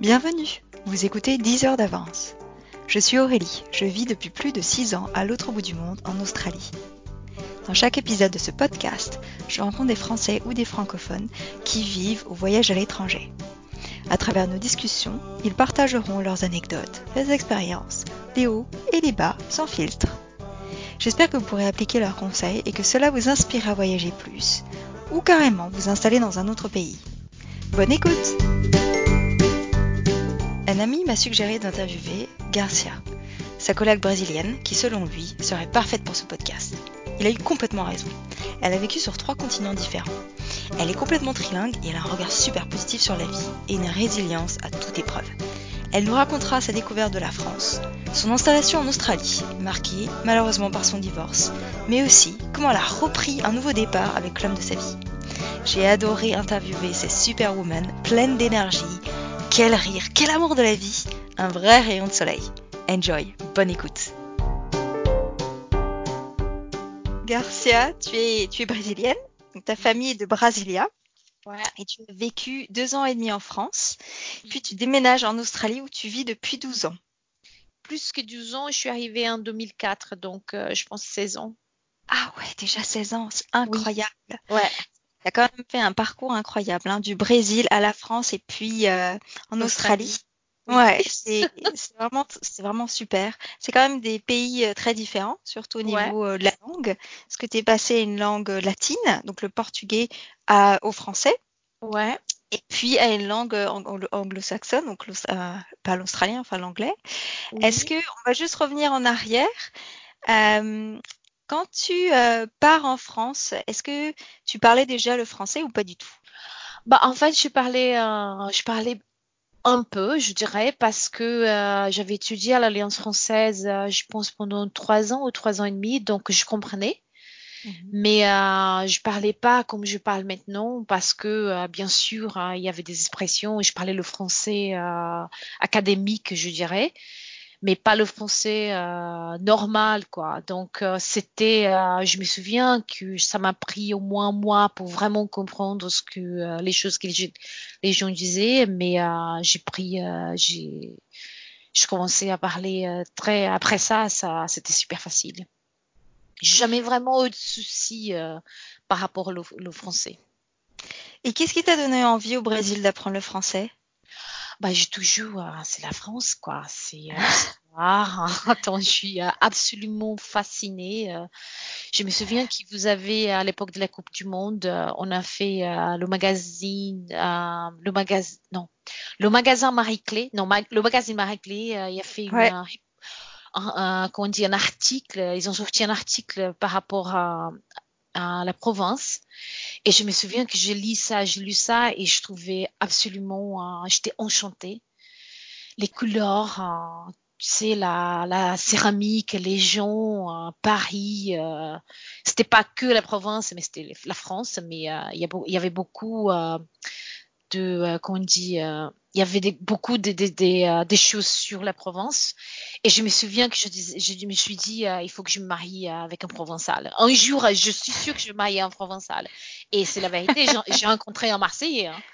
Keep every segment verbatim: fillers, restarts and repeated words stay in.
Bienvenue, vous écoutez dix heures d'avance. Je suis Aurélie, je vis depuis plus de six ans à l'autre bout du monde, en Australie. Dans chaque épisode de ce podcast, je rencontre des Français ou des francophones qui vivent ou voyagent à l'étranger. À travers nos discussions, ils partageront leurs anecdotes, leurs expériences, les hauts et les bas, sans filtre. J'espère que vous pourrez appliquer leurs conseils et que cela vous inspire à voyager plus, ou carrément vous installer dans un autre pays. Bonne écoute! Un ami m'a suggéré d'interviewer Garcia, sa collègue brésilienne qui, selon lui, serait parfaite pour ce podcast. Il a eu complètement raison. Elle a vécu sur trois continents différents. Elle est complètement trilingue et elle a un regard super positif sur la vie et une résilience à toute épreuve. Elle nous racontera sa découverte de la France, son installation en Australie, marquée malheureusement par son divorce, mais aussi comment elle a repris un nouveau départ avec l'homme de sa vie. J'ai adoré interviewer ces superwomen pleines d'énergie. Quel rire, quel amour de la vie, un vrai rayon de soleil. Enjoy, bonne écoute. Garcia, tu es, tu es brésilienne, donc ta famille est de Brasilia. Ouais. Et tu as vécu deux ans et demi en France, puis tu déménages en Australie où tu vis depuis douze ans. Plus que douze ans, je suis arrivée en deux mille quatre, donc euh, je pense seize ans. Ah ouais, déjà seize ans, c'est incroyable. Oui. Ouais. Tu as quand même fait un parcours incroyable, hein, du Brésil à la France et puis euh, en Australie. Australie. Oui. Ouais, c'est c'est vraiment c'est vraiment super. C'est quand même des pays euh, très différents, surtout au Ouais. niveau euh, de la langue, parce que tu es passé à une langue euh, latine, donc le portugais à, au français, Ouais. et puis à une langue euh, ang- anglo-saxonne, donc l'aus- euh, pas l'australien, enfin l'anglais. Est-ce Oui. que on va juste revenir en arrière? Euh, Quand tu euh, pars en France, est-ce que tu parlais déjà le français ou pas du tout? Bah, en fait, je parlais, euh, je parlais un peu, je dirais, parce que euh, j'avais étudié à l'Alliance française, euh, je pense, pendant trois ans ou trois ans et demi, donc je comprenais. Mhm. Mais euh, je parlais pas comme je parle maintenant parce que euh, bien sûr hein, il y avait des expressions et je parlais le français euh, académique, je dirais. Mais pas le français euh, normal, quoi. Donc, euh, c'était, euh, je me souviens que ça m'a pris au moins un mois pour vraiment comprendre ce que euh, les choses que les, les gens disaient, mais euh, j'ai pris, euh, j'ai, je commençais à parler euh, très. Après ça, ça, c'était super facile. J'ai jamais vraiment eu de soucis euh, par rapport au, au français. Et qu'est-ce qui t'a donné envie au Brésil d'apprendre le français? Bah, j'ai toujours, euh, c'est la France, quoi. C'est euh, l'histoire. Attends, je suis euh, absolument fascinée. euh, Je me souviens que vous avez, à l'époque de la Coupe du Monde, euh, on a fait euh, le magazine, euh, le magasin, non, le magasin Marie-Claire, non, ma- le magazine Marie-Claire, euh, il a fait une, Ouais. euh, un, un- comment on dit, un article, ils ont sorti un article par rapport à, à la province. Et je me souviens que j'ai lu ça, j'ai lu ça et je trouvais absolument, euh, j'étais enchantée. Les couleurs, euh, tu sais, la, la céramique, les gens, euh, Paris, euh, c'était pas que la province, mais c'était la France, mais euh, il y, a beau- il y avait beaucoup euh, de, euh, comment on dit, euh, il y avait des, beaucoup de, de- des, euh, des choses sur la Provence. Et je me souviens que je, dis- je me suis dit, euh, il faut que je me marie euh, avec un Provençal. Un jour, je suis sûre que je vais me marier un Provençal. Et c'est la vérité, j'ai j'ai rencontré un Marseillais. Hein.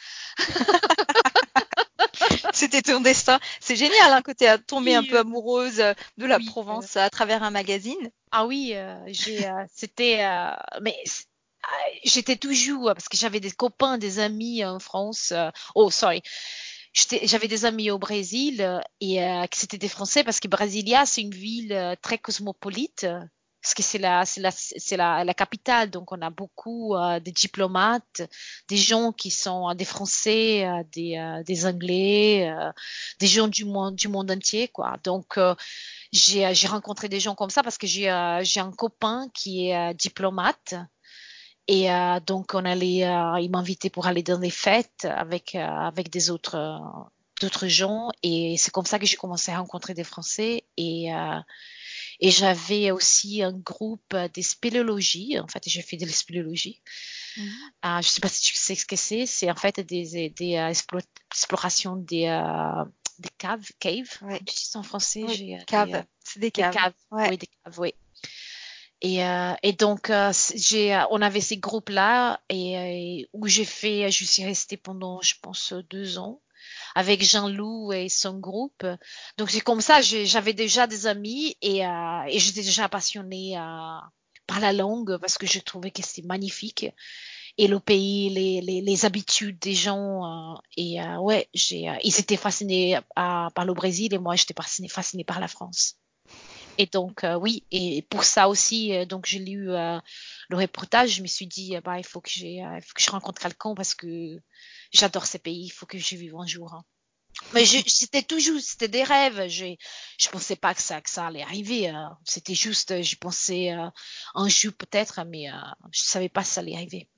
C'était ton destin. C'est génial, hein, que tu es tombée un Oui, peu euh, amoureuse euh, de la oui. euh, Provence à travers un magazine. Ah oui, euh, j'ai, euh, c'était, euh, mais c- euh, j'étais toujours parce que j'avais des copains, des amis en France. euh, oh, sorry, J'étais- j'avais des amis au Brésil euh, et euh, que c'était des Français parce que Brasilia c'est une ville euh, très cosmopolite. euh, Parce que c'est la, c'est la, c'est la, la capitale, donc on a beaucoup euh, de diplomates, des gens qui sont euh, des Français, euh, des, euh, des Anglais, euh, des gens du monde, du monde entier, quoi. Donc euh, j'ai euh, j'ai rencontré des gens comme ça parce que j'ai euh, j'ai un copain qui est euh, diplomate et euh, donc on allait euh, il m'invitait pour aller dans des fêtes avec euh, avec des autres euh, d'autres gens et c'est comme ça que j'ai commencé à rencontrer des Français et euh, et j'avais aussi un groupe euh, de spéléologie en fait j'ai fait de la spéléologie. Mhm. Euh, je sais pas si tu sais ce que c'est c'est en fait des des euh, explo- explorations des euh, des caves caves Ouais. comment tu dis ça en français Oui, j'ai euh, des euh, cave. C'est des des caves. caves, Ouais. oui, des caves, oui. Et, euh, et donc, euh, c- j'ai, euh, on avait ces groupes-là et, euh, où j'ai fait, je suis restée pendant, je pense, deux ans. avec Jean-Loup et son groupe. Donc c'est comme ça, j'ai- j'avais déjà des amis et, euh, et j'étais déjà passionnée euh, par la langue parce que je trouvais que c'était magnifique et le pays, les, les, les habitudes des gens. euh, et euh, ouais, j'ai, euh, ils étaient fascinés euh, par le Brésil et moi j'étais fascinée, fascinée par la France. Et donc, euh, oui, et pour ça aussi, euh, donc j'ai lu euh, le reportage, je me suis dit, euh, bah, il faut que j'ai, euh, il faut que je rencontre quelqu'un parce que j'adore ces pays, il faut que j'y vive un jour, hein. Mais je- c'était toujours, c'était des rêves. Je, je pensais pas que ça, que ça allait arriver. euh. C'était juste, euh, j'y pensais euh, un jour peut-être, mais euh, je savais pas si ça allait arriver.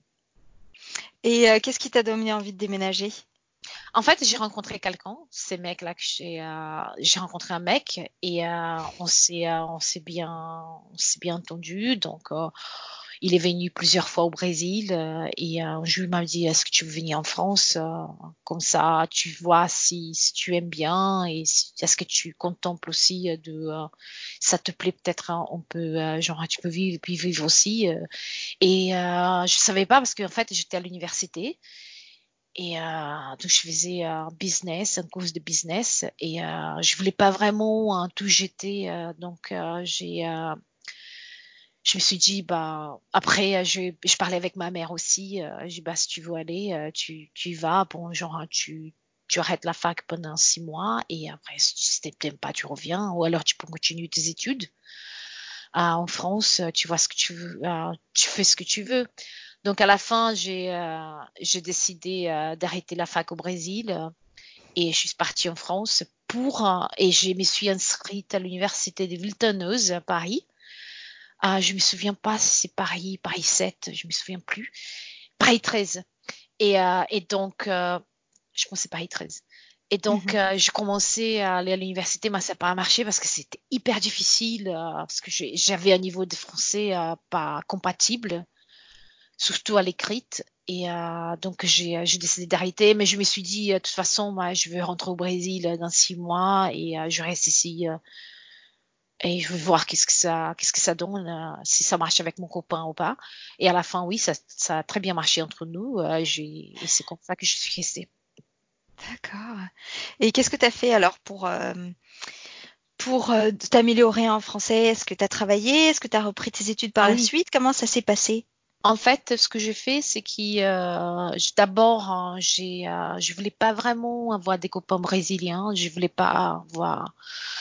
Et euh, qu'est-ce qui t'a donné envie de déménager? En fait, j'ai rencontré quelqu'un, ces mecs-là que j'ai, euh, j'ai rencontré un mec et euh, on s'est, euh, on s'est bien, on s'est bien entendu. Donc, euh, il est venu plusieurs fois au Brésil euh, et euh, un jour il m'a dit, est-ce que tu veux venir en France? Euh, comme ça, tu vois si, si tu aimes bien et si- est-ce que tu contemples aussi euh, de, euh, ça te plaît peut-être, hein, on peut, euh, genre, tu peux vivre puis vivre aussi. euh. Et euh, je savais pas parce qu'en fait, j'étais à l'université. Et euh, donc, je faisais un business, un cours de business, et euh, je voulais pas vraiment hein, tout jeter. euh, donc, euh, j'ai, euh, je me suis dit, bah, après, euh, je, je parlais avec ma mère aussi. Euh, j'ai dit, bah, si tu veux aller, euh, tu, tu y vas. Bon, genre, hein, tu, tu arrêtes la fac pendant six mois, et après, si tu t'aimes pas, tu reviens, ou alors tu peux continuer tes études. Ah, en France, euh, tu vois ce que tu veux, euh, tu fais ce que tu veux. Donc à la fin, j'ai euh, j'ai décidé euh, d'arrêter la fac au Brésil euh, et je suis partie en France pour euh, et je me suis inscrite à l'université de Villeneuve à Paris. Ah, je me souviens pas si c'est Paris, Paris sept, je me souviens plus. Paris treize. Et, euh, et donc, euh, je pense que c'est Paris treize. Et donc, Mhm. euh, je commençais à aller à l'université, mais ça n'a pas marché parce que c'était hyper difficile, euh, parce que j'ai- j'avais un niveau de français euh, pas compatible, surtout à l'écrite. Et euh, donc, j'ai j'ai décidé d'arrêter, mais je me suis dit, euh, de toute façon, moi, je vais rentrer au Brésil euh, dans six mois et euh, je reste ici euh, et je vais voir qu'est-ce que ça, qu'est-ce que ça donne, euh, si ça marche avec mon copain ou pas. Et à la fin, oui, ça, ça a très bien marché entre nous. euh, j'ai, et c'est comme ça que je suis restée. D'accord. Et qu'est-ce que tu as fait alors pour, euh, pour euh, t'améliorer en français? Est-ce que tu as travaillé? Est-ce que tu as repris tes études par Ah la oui. suite? Comment ça s'est passé? En fait, ce que j'ai fait, c'est que euh, j- d'abord, hein, j'ai, euh, je voulais pas vraiment avoir des copains brésiliens. Je voulais pas avoir.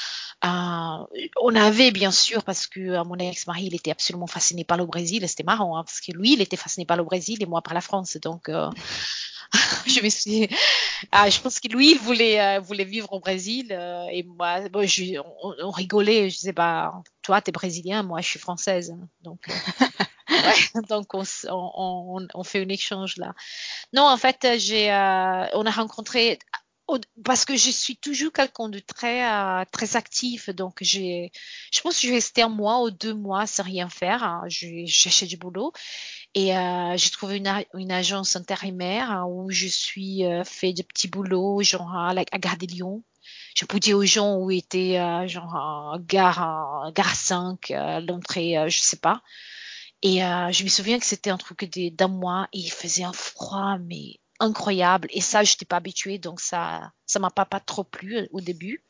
euh, on avait bien sûr parce que euh, mon ex-mari, il était absolument fasciné par le Brésil. Et c'était marrant hein, parce que lui, il était fasciné par le Brésil et moi par la France. Donc, euh, je me suis. Ah, je pense que lui, il voulait, euh, voulait vivre au Brésil euh, et moi, bon, je- on, on rigolait. Je disais, bah, toi, t'es brésilien, moi, je suis française. Hein. Donc. euh, Ouais, donc on, s- on, on, on fait un échange là. Non, en fait, euh, j'ai, euh, on a rencontré au- parce que je suis toujours quelqu'un de très, euh, très actif. Donc j'ai, je pense que je suis restée un mois ou deux mois sans rien faire. Hein. J'ai cherché du boulot et euh, j'ai trouvé une, a- une agence intérimaire hein, où je suis euh, fait des petits boulots, genre à, la- à Gare des Lyon. Je peux dire aux gens où était euh, genre à gare, euh, gare cinq, euh, l'entrée, euh, je sais pas. Et euh, je me souviens que c'était un truc de- d'un mois et il faisait un froid, mais incroyable. Et ça, je n'étais pas habituée, donc ça ça m'a pas, pas trop plu euh, au début.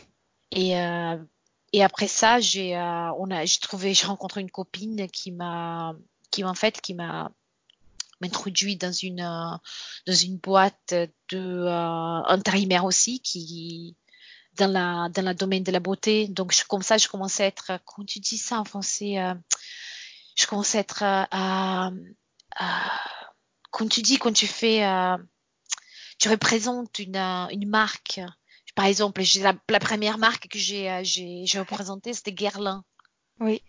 Et, euh, et après ça, j'ai euh, on a, j'ai trouvé, j'ai rencontré une copine qui m'a, qui en fait, qui m'a m'introduit dans une, euh, dans une boîte de euh, intérimaire aussi, qui dans la, dans le domaine de la beauté. Donc, je- comme ça, je commençais à être, comment tu dis ça en français? euh, je commence à être euh, à, à- quand tu dis, quand tu fais, euh, tu représentes une, euh, une marque. Par exemple, j'ai la, la première marque que j'ai euh, j'ai j'ai Ouais. représentée, c'était Guerlain. Oui.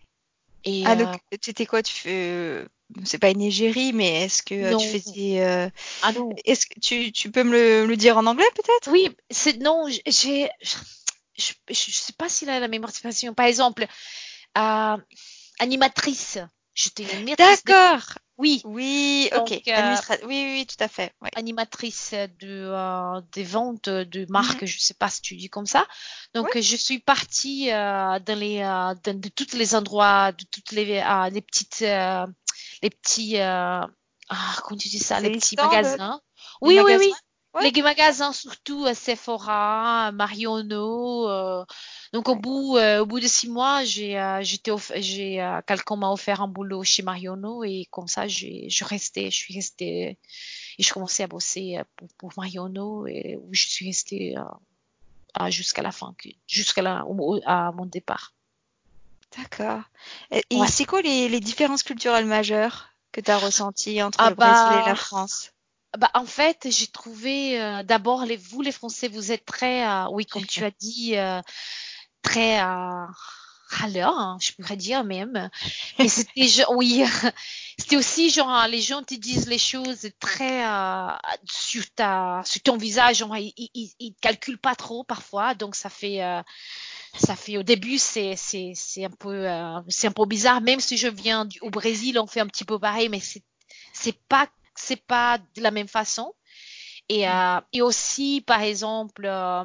Et Ah, euh, donc, c'était quoi? Tu fais, euh, c'est pas une égérie, mais est-ce que euh, tu non, faisais, euh, ah non, est-ce que tu, tu peux me le, me le dire en anglais peut-être? oui, c'est non, j'ai, je, je, je sais pas s'il a la même participation. Par exemple, euh, animatrice. J'étais une animatrice de, D'accord. oui. Oui, ok. Donc, euh, Administra... Oui, oui, oui, tout à fait. Ouais. animatrice de, euh, des ventes de Mhm. marques, je sais pas si tu dis comme ça. Oui. Donc, je suis partie euh, dans les, euh, dans de tous les endroits, de toutes les, euh, les petites, euh, les petits, euh, ah, comment tu dis ça, C'est les les petits stands, euh, magasins. les Oui, oui, magasins. oui. Ouais. Les magasins surtout, euh, Sephora, Marionneau. euh, donc au Ouais. bout, euh, au bout de six mois, j'ai, euh, j'étais, off- j'ai, euh, quelqu'un m'a offert un boulot chez Marionneau et comme ça, j'ai, je restais, je suis restée et je commençais à bosser euh, pour, pour Marionneau et où je suis restée euh, à- jusqu'à la fin, que- jusqu'à la, au- au- à mon départ. D'accord. Et et Ouais. c'est quoi les, les différences culturelles majeures que tu as ressenties entre Ah le Brésil et la bah, France? bah en fait, j'ai trouvé euh, d'abord les vous les Français, vous êtes très, euh, oui, comme tu as dit. euh, très euh, râleur, hein, je pourrais dire même. Et c'était genre, oui, c'était aussi genre, les gens te disent les choses très euh, sur ta, sur ton visage, genre, ils, ils, ils calculent pas trop parfois, donc ça fait, euh, ça fait au début, c'est, c'est, c'est un peu, euh, c'est un peu bizarre, même si je viens du, au Brésil, on fait un petit peu pareil, mais c'est, c'est pas, c'est pas de la même façon. Et, euh, et aussi, par exemple, euh,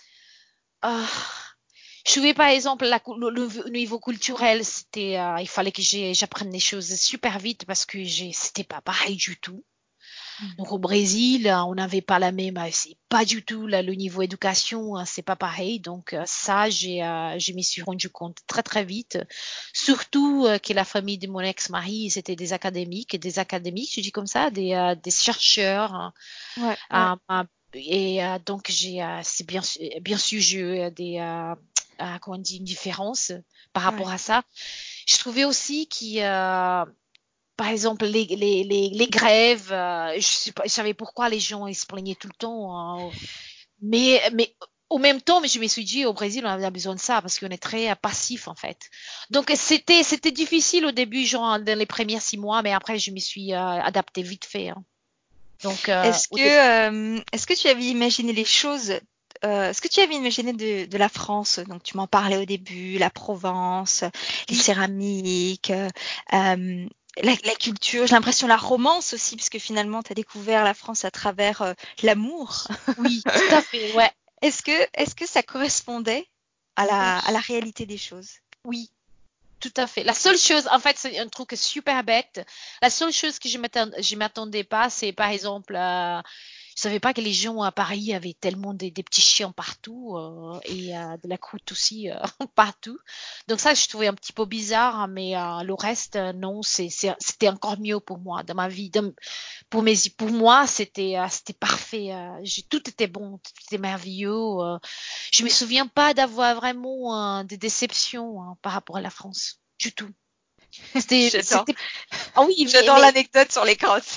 euh, je trouvais par exemple la cou- le, le niveau culturel, c'était, euh, il fallait que j'ai- j'apprenne les choses super vite parce que j'ai, c'était pas pareil du tout. Mhm. Donc au Brésil, euh, on n'avait pas la même, euh, c'est pas du tout là, le niveau éducation, hein, c'est pas pareil. Donc euh, ça, j'ai, euh, je m'y suis rendu compte très très vite. Surtout euh, que la famille de mon ex-mari, c'était des académiques, des académiques, je dis comme ça, des, euh, des chercheurs, hein. Ouais, ouais, Ah, ah, et euh, donc, j'ai, euh, c'est bien, su- bien sûr, j'ai eu euh, des, euh, euh, comment on dit, une différence par rapport ouais. à ça. Je trouvais aussi qu'il, euh, par exemple, les, les, les, les grèves, euh, je sais pas, je savais pourquoi les gens ils se plaignaient tout le temps, hein. Mais, mais au même temps, mais je me suis dit, au Brésil, on a besoin de ça parce qu'on est très euh, passif, en fait. Donc, c'était, c'était difficile au début, genre, dans les premiers six mois, mais après, je me suis euh, adaptée vite fait, hein. Donc, euh, Est-ce au début, que, euh, est-ce que tu avais imaginé les choses, euh, est-ce que tu avais imaginé de, de la France, donc tu m'en parlais au début, la Provence, les oui. céramiques, euh, euh, la, la culture, j'ai l'impression la romance aussi, puisque finalement tu as découvert la France à travers euh, l'amour. Oui, tout à fait, ouais. Est-ce que, est-ce que ça correspondait à la, à la Oui, réalité des choses? oui, tout à fait. La seule chose, en fait, c'est un truc super bête. La seule chose que je m'attend- je m'attendais pas, c'est par exemple, euh, je savais pas que les gens à Paris avaient tellement des, des petits chiens partout euh, et euh, de la croûte aussi euh, partout. Donc ça, je trouvais un petit peu bizarre, hein, mais euh, le reste, euh, non, c'est, c'est- c'était encore mieux pour moi dans ma vie. Dans- pour mes, pour moi, c'était, euh, c'était parfait. euh, j'ai- tout était bon, tout était merveilleux. euh, Je me souviens pas d'avoir vraiment euh, des déceptions hein, par rapport à la France. Du tout. C'était, J'adore. c'était, ah oui, mais, J'adore mais, l'anecdote sur les crottes.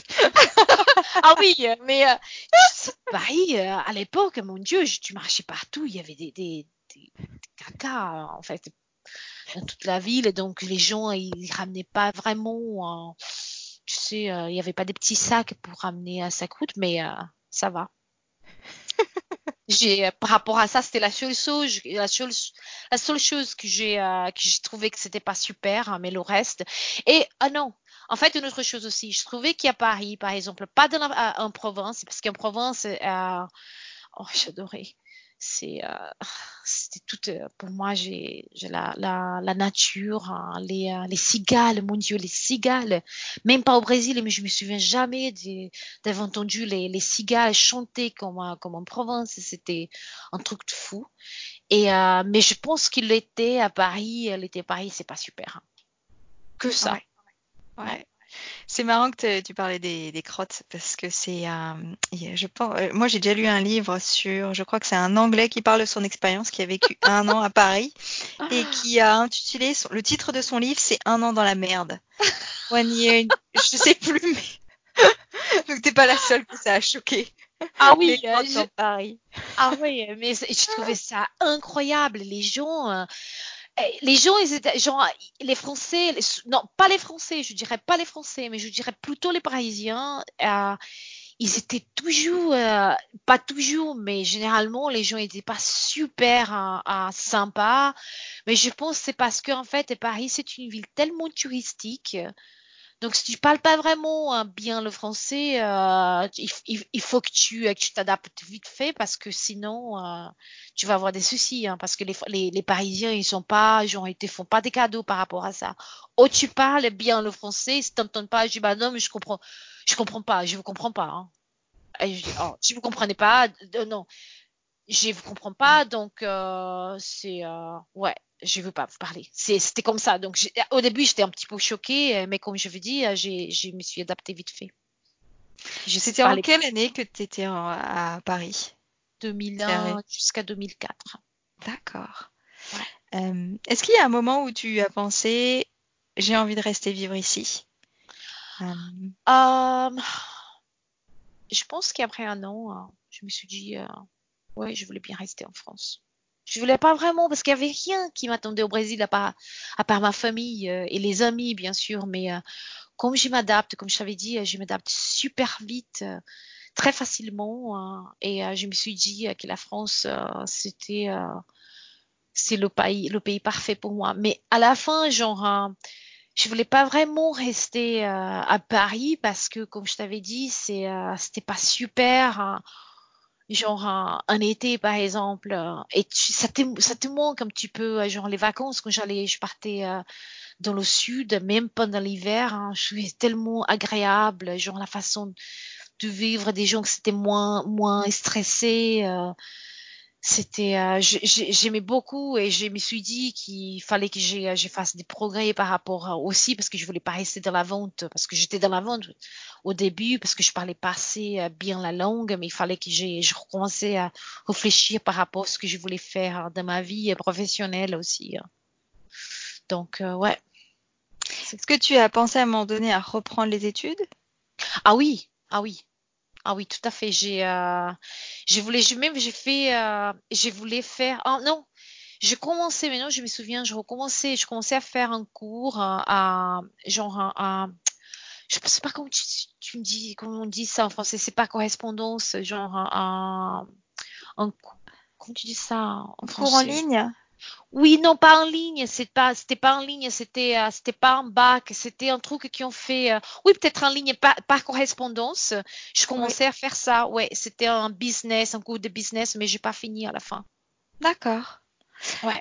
ah oui, euh, mais, euh, tu sais, Paris, euh, à l'époque, mon Dieu, je- tu marchais partout, il y avait des, des, des, des caca, euh, en fait, dans toute la ville, et donc les gens, ils ramenaient pas vraiment, euh, tu sais, euh, il y avait pas des petits sacs pour ramener un sac route, mais euh, ça va. J'ai, euh, par rapport à ça, c'était la seule chose, la seule, la seule chose que j'ai, euh, que j'ai trouvé que c'était pas super, hein, mais le reste. Et, ah non, en fait, une autre chose aussi, je trouvais qu'à Paris, par exemple, pas dans la, à- en Provence, parce qu'en Provence, euh, oh, j'adorais. C'est, euh, c'était tout, euh, pour moi, j'ai, j'ai la, la, la nature, hein, les, euh, les cigales, mon Dieu, les cigales. Même pas au Brésil, mais je me souviens jamais de- d'avoir entendu les, les cigales chanter comme, euh, comme en Provence. C'était un truc de fou. Et, euh, mais je pense qu'il était à Paris, euh, l'été à Paris, c'est pas super, hein. Que ça. Ouais, Ouais. ouais. C'est marrant que te- tu parlais des, des crottes parce que c'est, euh, il y a- je pense, euh, moi j'ai déjà lu un livre sur, je crois que c'est un Anglais qui parle de son expérience, qui a vécu un an à Paris et qui a intitulé son- le titre de son livre, c'est Un an dans la merde. One year, in- je sais plus, mais donc t'es pas la seule que ça a choqué. Ah Les oui, euh, crottes je- dans Paris. ah oui, mais c'est- je trouvais ça incroyable. Les gens, euh, eh, les gens, ils étaient, genre, les Français, les- non, pas les Français, je dirais pas les Français, mais je dirais plutôt les Parisiens, euh, ils étaient toujours, euh, pas toujours, mais généralement, les gens étaient pas super hein, hein, sympas. Mais je pense que c'est parce qu'en fait, Paris, c'est une ville tellement touristique. Donc, si tu parles pas vraiment hein, bien le français, euh, il, il- il faut que tu euh, que tu t'adaptes vite fait parce que sinon, euh, tu vas avoir des soucis. Hein, parce que les, les, les Parisiens, ils sont pas, genre, ils te font pas des cadeaux par rapport à ça. Ou tu parles bien le français, si t'entends pas, je dis bah non, mais je comprends, je comprends pas, je vous comprends pas. Hein. Et je dis, oh, si vous comprenez pas, euh, non, je vous comprends pas, donc euh, c'est euh, ouais, je veux pas vous parler. C'est, c'était comme ça. Donc j'ai- au début j'étais un petit peu choquée, euh, mais comme je vous dis, euh, j'ai, je me suis adaptée vite fait. Je C'était en parlais quelle année que tu étais à Paris? C'est arrêt. deux mille un jusqu'à deux mille quatre. D'accord. Ouais. Euh, est-ce qu'il y a un moment où tu as pensé, j'ai envie de rester vivre ici? Euh, Euh, je pense qu'après un an, euh, je me suis dit, euh, ouais, je voulais bien rester en France. Je voulais pas vraiment parce qu'il y avait rien qui m'attendait au Brésil à part, à part ma famille euh, et les amis, bien sûr. Mais euh, comme je m'adapte, comme je t'avais dit, euh, je m'adapte super vite, euh, très facilement. euh, et euh, je me suis dit euh, que la France, euh, c'était, euh, c'est le pays, le pays parfait pour moi. Mais à la fin, genre, euh, je voulais pas vraiment rester euh, à Paris parce que, comme je t'avais dit, c'est, euh, c'était pas super. Hein. Genre un, un été par exemple, euh, et tu, ça te, ça te manque un petit peu, euh, genre les vacances quand j'allais, je partais euh, dans le sud, même pendant l'hiver, hein, je trouvais tellement agréable, genre la façon de vivre des gens que c'était moins moins stressé. euh, c'était, euh, j'ai- j'ai- j'aimais beaucoup et je me suis dit qu'il fallait que j'ai, je fasse des progrès par rapport à- aussi parce que je voulais pas rester dans la vente parce que j'étais dans la vente au début parce que je parlais pas assez euh, bien la langue, mais il fallait que j'ai, je recommençais à réfléchir par rapport à ce que je voulais faire dans ma vie euh, professionnelle aussi. Hein. Donc, euh, ouais. C'est- Est-ce que tu as pensé à un moment donné à reprendre les études? Ah oui, ah oui. Ah oui, tout à fait. J'ai, euh, je voulais, je, même j'ai fait, euh, je voulais faire. Ah non, j'ai commencé. Maintenant, je me souviens, je recommençais, je commençais à faire un cours euh, à, genre un, un- je sais pas comment tu, tu me dis, comment on dit ça en français. C'est pas correspondance, genre un, un, un cou- comment tu dis ça en Cours en français? ligne? Oui, non, pas en ligne, c'est pas, c'était pas en ligne, c'était, euh, c'était pas un bac, c'était un truc qui ont fait, euh, oui, peut-être en ligne, par, par correspondance. Je Oui. commençais à faire ça, ouais, c'était un business, un cours de business, mais j'ai pas fini à la fin. D'accord. Ouais,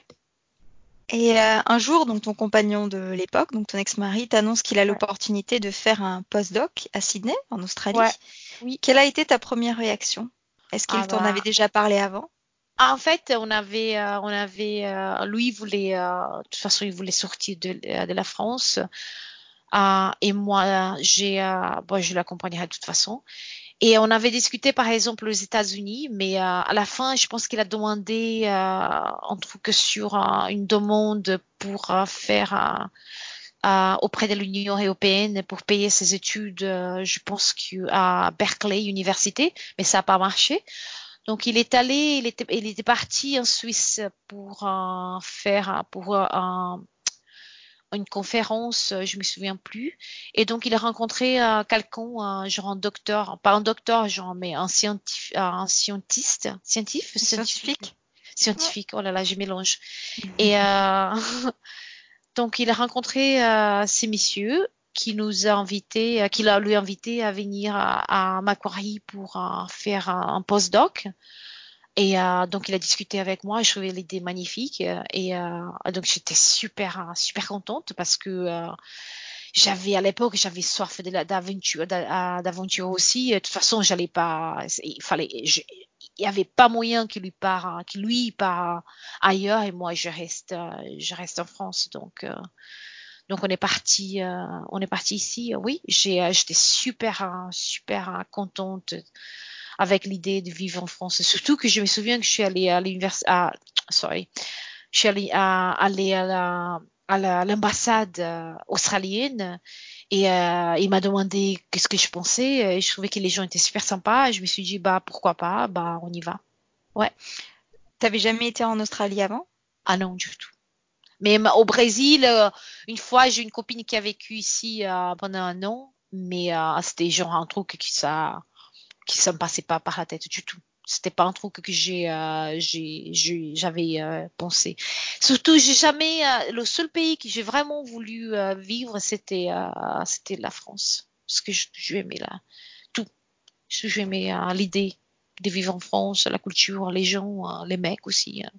Et euh, un jour, donc ton compagnon de l'époque, donc ton ex-mari, t'annonce qu'il a ouais, l'opportunité de faire un postdoc à Sydney, en ouais, Australie. oui. Quelle a été ta première réaction? Est-ce Ah qu'il t'en avait bah, déjà parlé avant? ah, en fait, on avait, euh, on avait, euh, lui il voulait, euh, de toute façon, il voulait sortir de, euh, de la France, euh, et moi, j'ai, euh, bon, je l'accompagnerai de toute façon. Et on avait discuté, par exemple, aux États-Unis, mais euh, à la fin, je pense qu'il a demandé, euh, en tout cas sur euh, une demande pour euh, faire euh, euh, auprès de l'Union européenne pour payer ses études, euh, je pense que à Berkeley Université, mais ça n'a pas marché. Donc il est allé, il était, il était parti en Suisse pour euh, faire pour euh, un une conférence, euh, je me souviens plus. Et donc, il a rencontré euh, quelqu'un, euh, genre un docteur, pas un docteur, genre, mais un scientifique, un scientiste, scientifique, scientifique, Scientifique? Ouais. scientifique. Oh là là, je mélange. Et euh, donc, il a rencontré euh, ces messieurs qui nous a invités, euh, qui l'a lui invité à venir à, à Macquarie pour euh, faire un, un postdoc. Et euh, donc, il a discuté avec moi. Je trouvais l'idée magnifique. euh, Et euh, donc, j'étais super, euh, super contente parce que euh, j'avais à l'époque, j'avais soif de la- d'aventure, d'a- d'aventure aussi. De toute façon, j'allais pas. Il fallait. je- il y avait pas moyen qu'il lui part, qu'il lui part ailleurs et moi je reste, euh, je reste en France. Donc, euh, donc on est parti, euh, on est parti ici. Oui, j'ai, euh, j'étais super, euh, super euh, contente avec l'idée de vivre en France. Surtout que je me souviens que je suis allée à l'université, sorry, je suis allée à, allée à la, à la- à l'ambassade euh, australienne et euh, il m'a demandé qu'est-ce que je pensais et je trouvais que les gens étaient super sympas et je me suis dit bah pourquoi pas, bah on y va. Ouais. T'avais jamais été en Australie avant? Ah non, du tout. Mais ma- au Brésil, euh, une fois, j'ai une copine qui a vécu ici euh, pendant un an, mais euh, c'était genre un truc qui ça, qui ça me passait pas par la tête du tout. C'était pas un truc que j'ai, euh, j'ai, j'ai- j'avais euh, pensé. Surtout, j'ai jamais, euh, le seul pays que j'ai vraiment voulu euh, vivre, c'était, euh, c'était la France. Parce que je, je aimais là, tout. Je- J'aimais euh, l'idée de vivre en France, la culture, les gens, euh, les mecs aussi. Hein.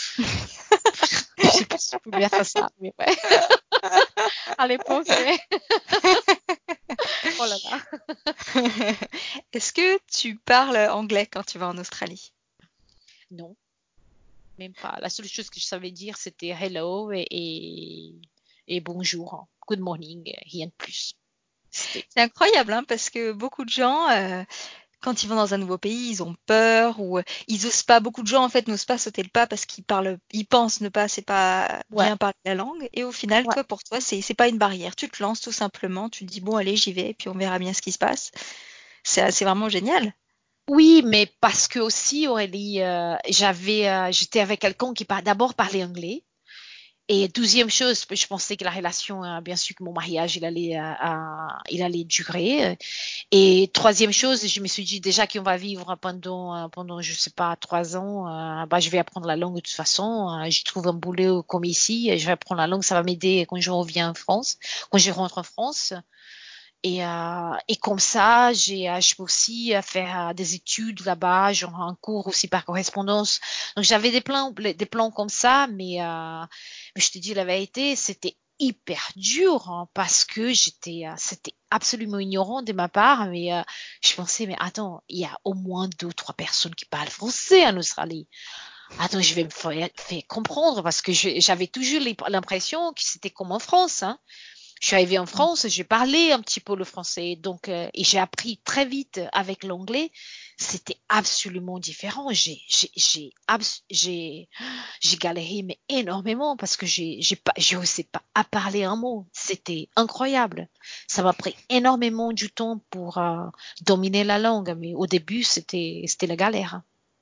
Je sais pas si je peux bien faire ça, mais ouais. À l'époque, ouais. Oh là là. Est-ce que tu parles anglais quand tu vas en Australie? Non, même pas. La seule chose que je savais dire, c'était hello et, et, et bonjour, hein. Good morning, rien de plus. C'était... C'est incroyable, hein, parce que beaucoup de gens, euh, quand ils vont dans un nouveau pays, ils ont peur ou euh, ils osent pas. Beaucoup de gens, en fait, n'osent pas sauter le pas parce qu'ils parlent, ils pensent ne pas, c'est pas Ouais, bien parler la langue. Et au final, ouais. toi, pour toi, c'est c'est pas une barrière. Tu te lances tout simplement. Tu te dis bon, allez, j'y vais, et puis on verra bien ce qui se passe. C'est c'est vraiment génial. Oui, mais parce que aussi, Aurélie, euh, j'avais, euh, j'étais avec quelqu'un qui par- d'abord parlait anglais. Et douzième chose, je pensais que la relation, euh, bien sûr que mon mariage, il allait, euh, euh, il allait durer. Et troisième chose, je me suis dit déjà qu'on va vivre pendant, euh, pendant, je sais pas, trois ans, euh, bah, je vais apprendre la langue de toute façon. Euh, je trouve un boulot comme ici, et je vais apprendre la langue, ça va m'aider quand je reviens en France, quand je rentre en France. Et, euh, et comme ça, j'ai, euh, je peux aussi euh, faire euh, des études là-bas, genre un cours aussi par correspondance. Donc j'avais des plans, des plans comme ça, mais, euh, mais je te dis la vérité, c'était hyper dur hein, parce que j'étais, euh, c'était absolument ignorant de ma part. Mais euh, je pensais, mais attends, il y a au moins deux ou trois personnes qui parlent français en Australie. Attends, je vais me faire, faire comprendre parce que je- j'avais toujours l'impression que c'était comme en France, hein. Je suis arrivée en France, j'ai parlé un petit peu le français, donc euh, et j'ai appris très vite avec l'anglais. C'était absolument différent. J'ai j'ai j'ai abs- j'ai j'ai galéré mais énormément parce que j'ai j'ai pas je sais pas à parler un mot. C'était incroyable. Ça m'a pris énormément du temps pour euh, dominer la langue, mais au début c'était c'était la galère.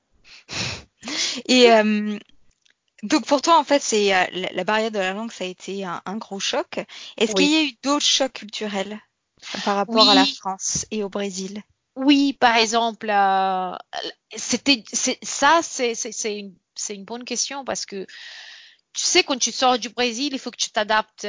Et euh, donc pour toi, en fait, c'est euh, la, la barrière de la langue, ça a été un, un gros choc. Est-ce qu'il Oui, y a eu d'autres chocs culturels euh, par rapport à la oui, France et au Brésil? oui. Par exemple, euh, c'était c'est ça c'est c'est c'est une c'est une bonne question parce que tu sais, quand tu sors du Brésil, il faut que tu t'adaptes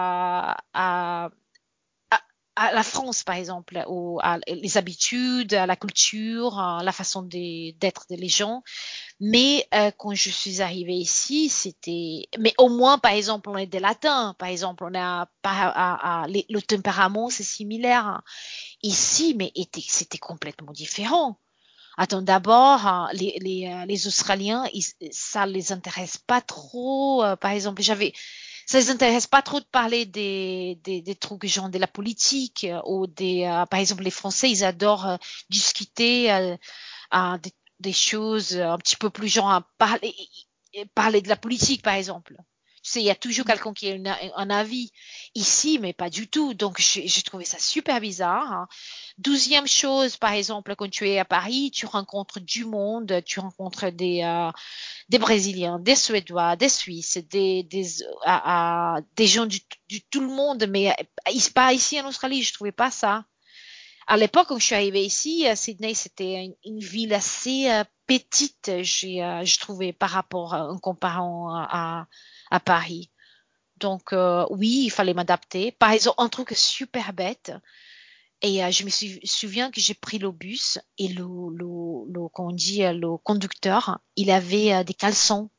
à, à, à, à la France, par exemple, ou à les habitudes, à la culture, à la façon de- d'être des gens. Mais euh, quand je suis arrivée ici, c'était... Mais au moins, par exemple, on est des latins. Par exemple, on a pas à, à- les- le tempérament, c'est similaire, hein. Ici, mais était- c'était complètement différent. Attends, d'abord, hein, les, les, euh, les Australiens, ils, ça les intéresse pas trop. euh, par exemple, j'avais, ça les intéresse pas trop de parler des, des, des trucs genre de la politique euh, ou des, euh, par exemple, les Français, ils adorent euh, discuter euh, euh, des, des choses euh, un petit peu plus genre à parler, parler de la politique, par exemple. Tu sais, il y a toujours quelqu'un qui a une- un avis ici, mais pas du tout. Donc, j'ai j'ai trouvé ça super bizarre, hein. Douzième chose, par exemple, quand tu es à Paris, tu rencontres du monde, tu rencontres des, euh, des Brésiliens, des Suédois, des Suisses, des, des, à- à- des gens du, du tout le monde, mais euh, pas ici en Australie, je trouvais pas ça. À l'époque où je suis arrivée ici, à Sydney, c'était une, une ville assez euh, petite, j'ai, euh, je trouvais, par rapport à, en comparant à, à Paris. Donc, euh, oui, il fallait m'adapter. Par exemple, un truc super bête, et euh, je me sou- souviens que j'ai pris le bus et le, le, le, comment on dit, euh, le conducteur, il avait euh, des caleçons.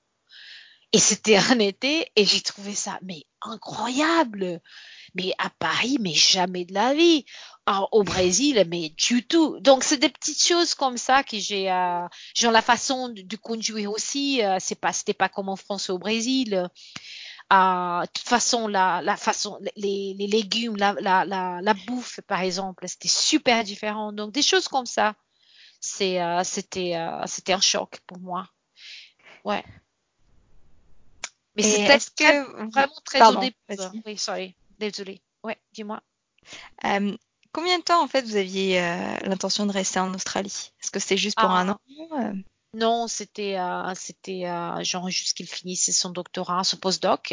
Et c'était un été et j'ai trouvé ça mais incroyable. Mais à Paris, mais jamais de la vie. Alors, au Brésil, mais du tout. Donc, c'est des petites choses comme ça que j'ai, euh, genre la façon de, de conduire aussi. Euh, c'est pas, c'était pas comme en France ou au Brésil. Euh, de toute façon, la, la façon, les, les légumes, la, la, la, la bouffe, par exemple, c'était super différent. Donc, des choses comme ça, c'est, euh, c'était, euh, c'était un choc pour moi. Ouais. Mais Et c'était est-ce très, que vous... vraiment très au Pardon, début. vas-y. Oui, sorry. Désolée. Ouais, dis-moi. Euh, combien de temps, en fait, vous aviez euh, l'intention de rester en Australie? Est-ce que c'était juste pour un an? Ah, euh non, c'était, euh, c'était, euh, genre jusqu'il finisse son doctorat, son postdoc,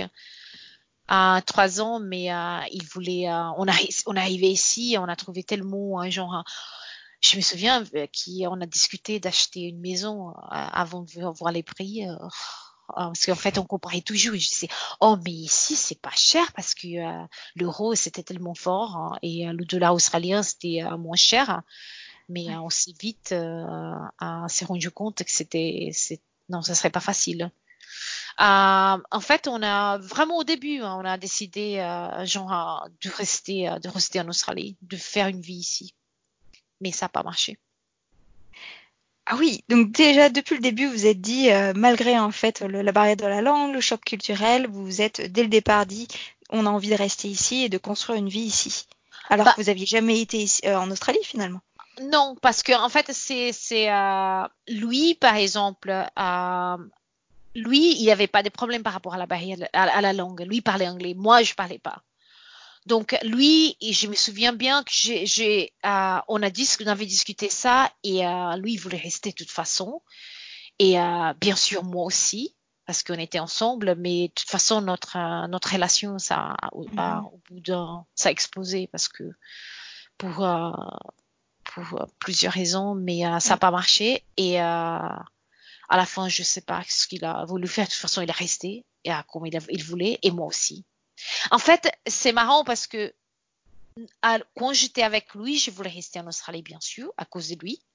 à trois ans, mais euh, il voulait, euh, on a, on est arrivé ici, on a trouvé tellement, hein, genre, je me souviens euh, qu'on a discuté d'acheter une maison euh, avant de voir les prix. Euh, parce qu'en fait, on comparait toujours. Et je disais, oh, mais ici, c'est pas cher parce que euh, l'euro, c'était tellement fort hein, et euh, le dollar australien, c'était euh, moins cher. Mais euh, on s'est vite euh, euh, s'est rendu compte que c'était, c'est, non, ça serait pas facile. Euh, en fait, on a vraiment au début, hein, on a décidé, euh, genre, euh, de rester, euh, de rester en Australie, de faire une vie ici. Mais ça n'a pas marché. Ah oui, donc déjà depuis le début, vous vous êtes dit, euh, malgré en fait le- la barrière de la langue, le choc culturel, vous vous êtes dès le départ dit, on a envie de rester ici et de construire une vie ici. Alors Bah, que vous aviez jamais été ici, euh, en Australie finalement. non, parce que en fait, c'est, c'est euh, lui, par exemple, euh, lui, il avait pas de problème par rapport à la barrière, à, à la langue. Lui il parlait anglais, moi, je parlais pas. Donc lui, et je me souviens bien que j'ai, j'ai, euh, on a dit, on avait discuté ça, et euh, lui, il voulait rester de toute façon, et euh, bien sûr moi aussi, parce qu'on était ensemble, mais de toute façon notre euh, notre relation, ça, a- a- Mhm. au bout d'un, ça a explosé parce que pour euh, pour euh, plusieurs raisons, mais euh, ça n'a Oui. pas marché, et euh, à la fin, je sais pas ce qu'il a voulu faire. De toute façon, il est resté, et euh, comme il, a- il voulait, et moi aussi. En fait, c'est marrant parce que à- quand j'étais avec lui, je voulais rester en Australie, bien sûr, à cause de lui.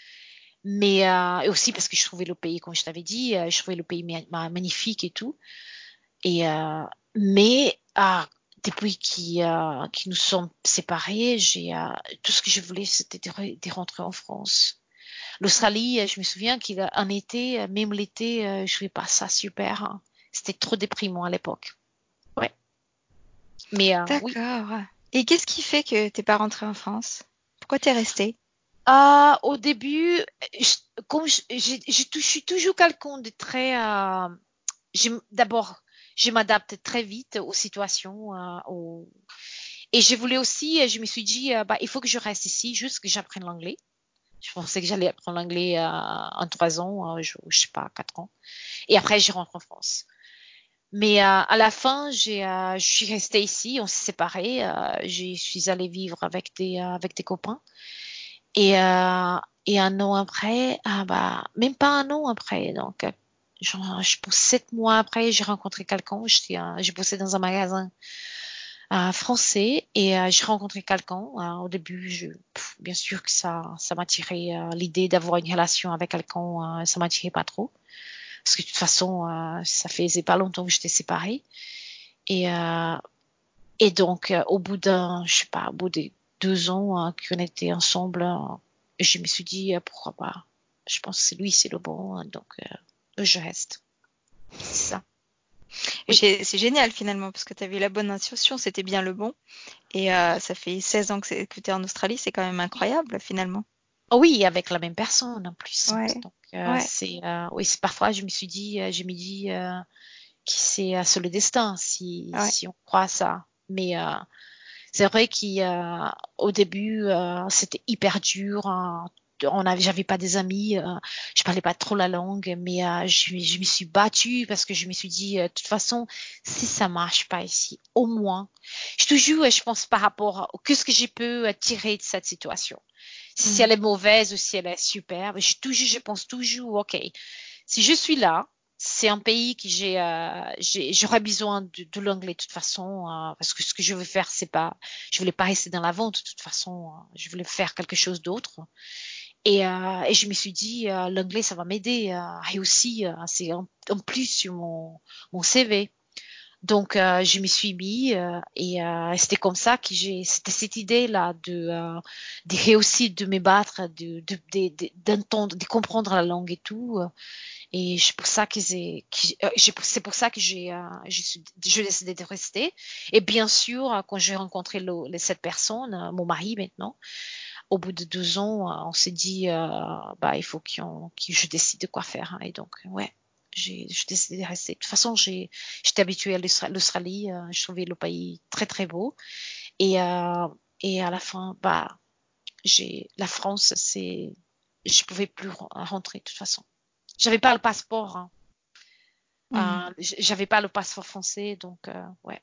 Mais euh, et aussi parce que je trouvais le pays, comme je t'avais dit, euh, je trouvais le pays ma- magnifique et tout. Et euh, mais euh, depuis qu'ils euh, qu'ils nous sommes séparés, j'ai euh, tout ce que je voulais, c'était de, re- de rentrer en France. L'Australie, euh, je me souviens qu'en été, euh, même l'été, euh, je trouvais pas ça super, hein. C'était trop déprimant à l'époque. Ouais. Mais euh, oui. D'accord. Et qu'est-ce qui fait que t'es pas rentrée en France? Pourquoi t'es restée? Ah, au début, je, comme je, j'ai- j'ai tou- je suis toujours quelqu'un de très. Euh, je- d'abord, je m'adapte très vite aux situations. Euh, aux- Et je voulais aussi, euh, je me suis dit, euh, bah, il faut que je reste ici, juste que j'apprenne l'anglais. Je pensais que j'allais apprendre l'anglais euh, en trois ans, euh, je, je sais pas, quatre ans. Et après, je rentre en France. Mais euh, à la fin, j'ai, euh, je suis restée ici, on s'est séparés. Euh, je suis allée vivre avec des, euh, avec des copains. Et, euh, et un an après, ah bah, même pas un an après, donc, euh, genre, je pense sept mois après, j'ai rencontré quelqu'un. J'étais, euh, j'ai bossé dans un magasin euh, français, et euh, j'ai rencontré quelqu'un. Euh, au début, je, pff, bien sûr que ça, ça m'attirait, euh, l'idée d'avoir une relation avec quelqu'un, euh, ça m'attirait pas trop. Parce que de toute façon, euh, ça faisait pas longtemps que j'étais séparée. Et, euh, et donc, euh, au bout d'un, je sais pas, au bout des deux ans euh, qu'on était ensemble, euh, je me suis dit, euh, pourquoi pas. Je pense que c'est lui, c'est le bon, hein, donc euh, je reste. C'est ça. Oui. J'ai- C'est génial finalement parce que tu avais la bonne intuition, c'était bien le bon. Et euh, ça fait seize ans que, c'est- que tu es en Australie, c'est quand même incroyable finalement. Oh oui, avec la même personne en plus. Ouais, Donc, euh, ouais, c'est, euh, oui, c'est parfois, je me suis dit, euh, je me dis euh, que c'est euh, sur le destin, si, ouais. si on croit à ça. Mais euh, c'est vrai qu'au début, euh, c'était hyper dur, hein. On avait, j'avais pas des amis, euh, je parlais pas trop la langue, mais euh, je, je me suis battue parce que je me suis dit, euh, de toute façon, si ça marche pas ici, au moins, je toujours, euh, je pense par rapport à qu'est-ce que je peux euh, tirer de cette situation. Si Mhm. elle est mauvaise ou si elle est superbe, je toujours, je pense toujours, ok, si je suis là, c'est un pays que j'ai, euh, j'ai- j'aurais besoin de, de l'anglais de toute façon, euh, parce que ce que je veux faire, c'est pas, je voulais pas rester dans la vente de toute façon, euh, je voulais faire quelque chose d'autre. Et, euh, et je me suis dit, euh, l'anglais, ça va m'aider, euh, et aussi, euh, c'est en, en plus sur mon, mon C V. Donc, euh, je m'y suis mis, euh, et euh, c'était comme ça que j'ai, c'était cette idée-là de, euh, de réussir, de me battre, de, de, de, de- d'entendre, de comprendre la langue et tout. Et c'est pour ça que j'ai, que- euh, j'ai- c'est pour ça que j'ai, euh, je suis, je décidé de rester. Et bien sûr, euh, quand j'ai rencontré le- le- cette personne, euh, mon mari maintenant, au bout de deux ans, euh, on s'est dit, euh, bah, il faut qu'on, que je décide de quoi faire, hein. Et donc, ouais, j'ai, j'ai décidé de rester. De toute façon, j'ai, j'étais habituée à l'Austra- l'Australie, euh, je trouvais le pays très très beau. Et, euh, et à la fin, bah, j'ai, la France, c'est, je pouvais plus re- rentrer de toute façon. J'avais pas le passeport, hein. Mhm. Euh, j- j'avais pas le passeport français, donc euh, ouais.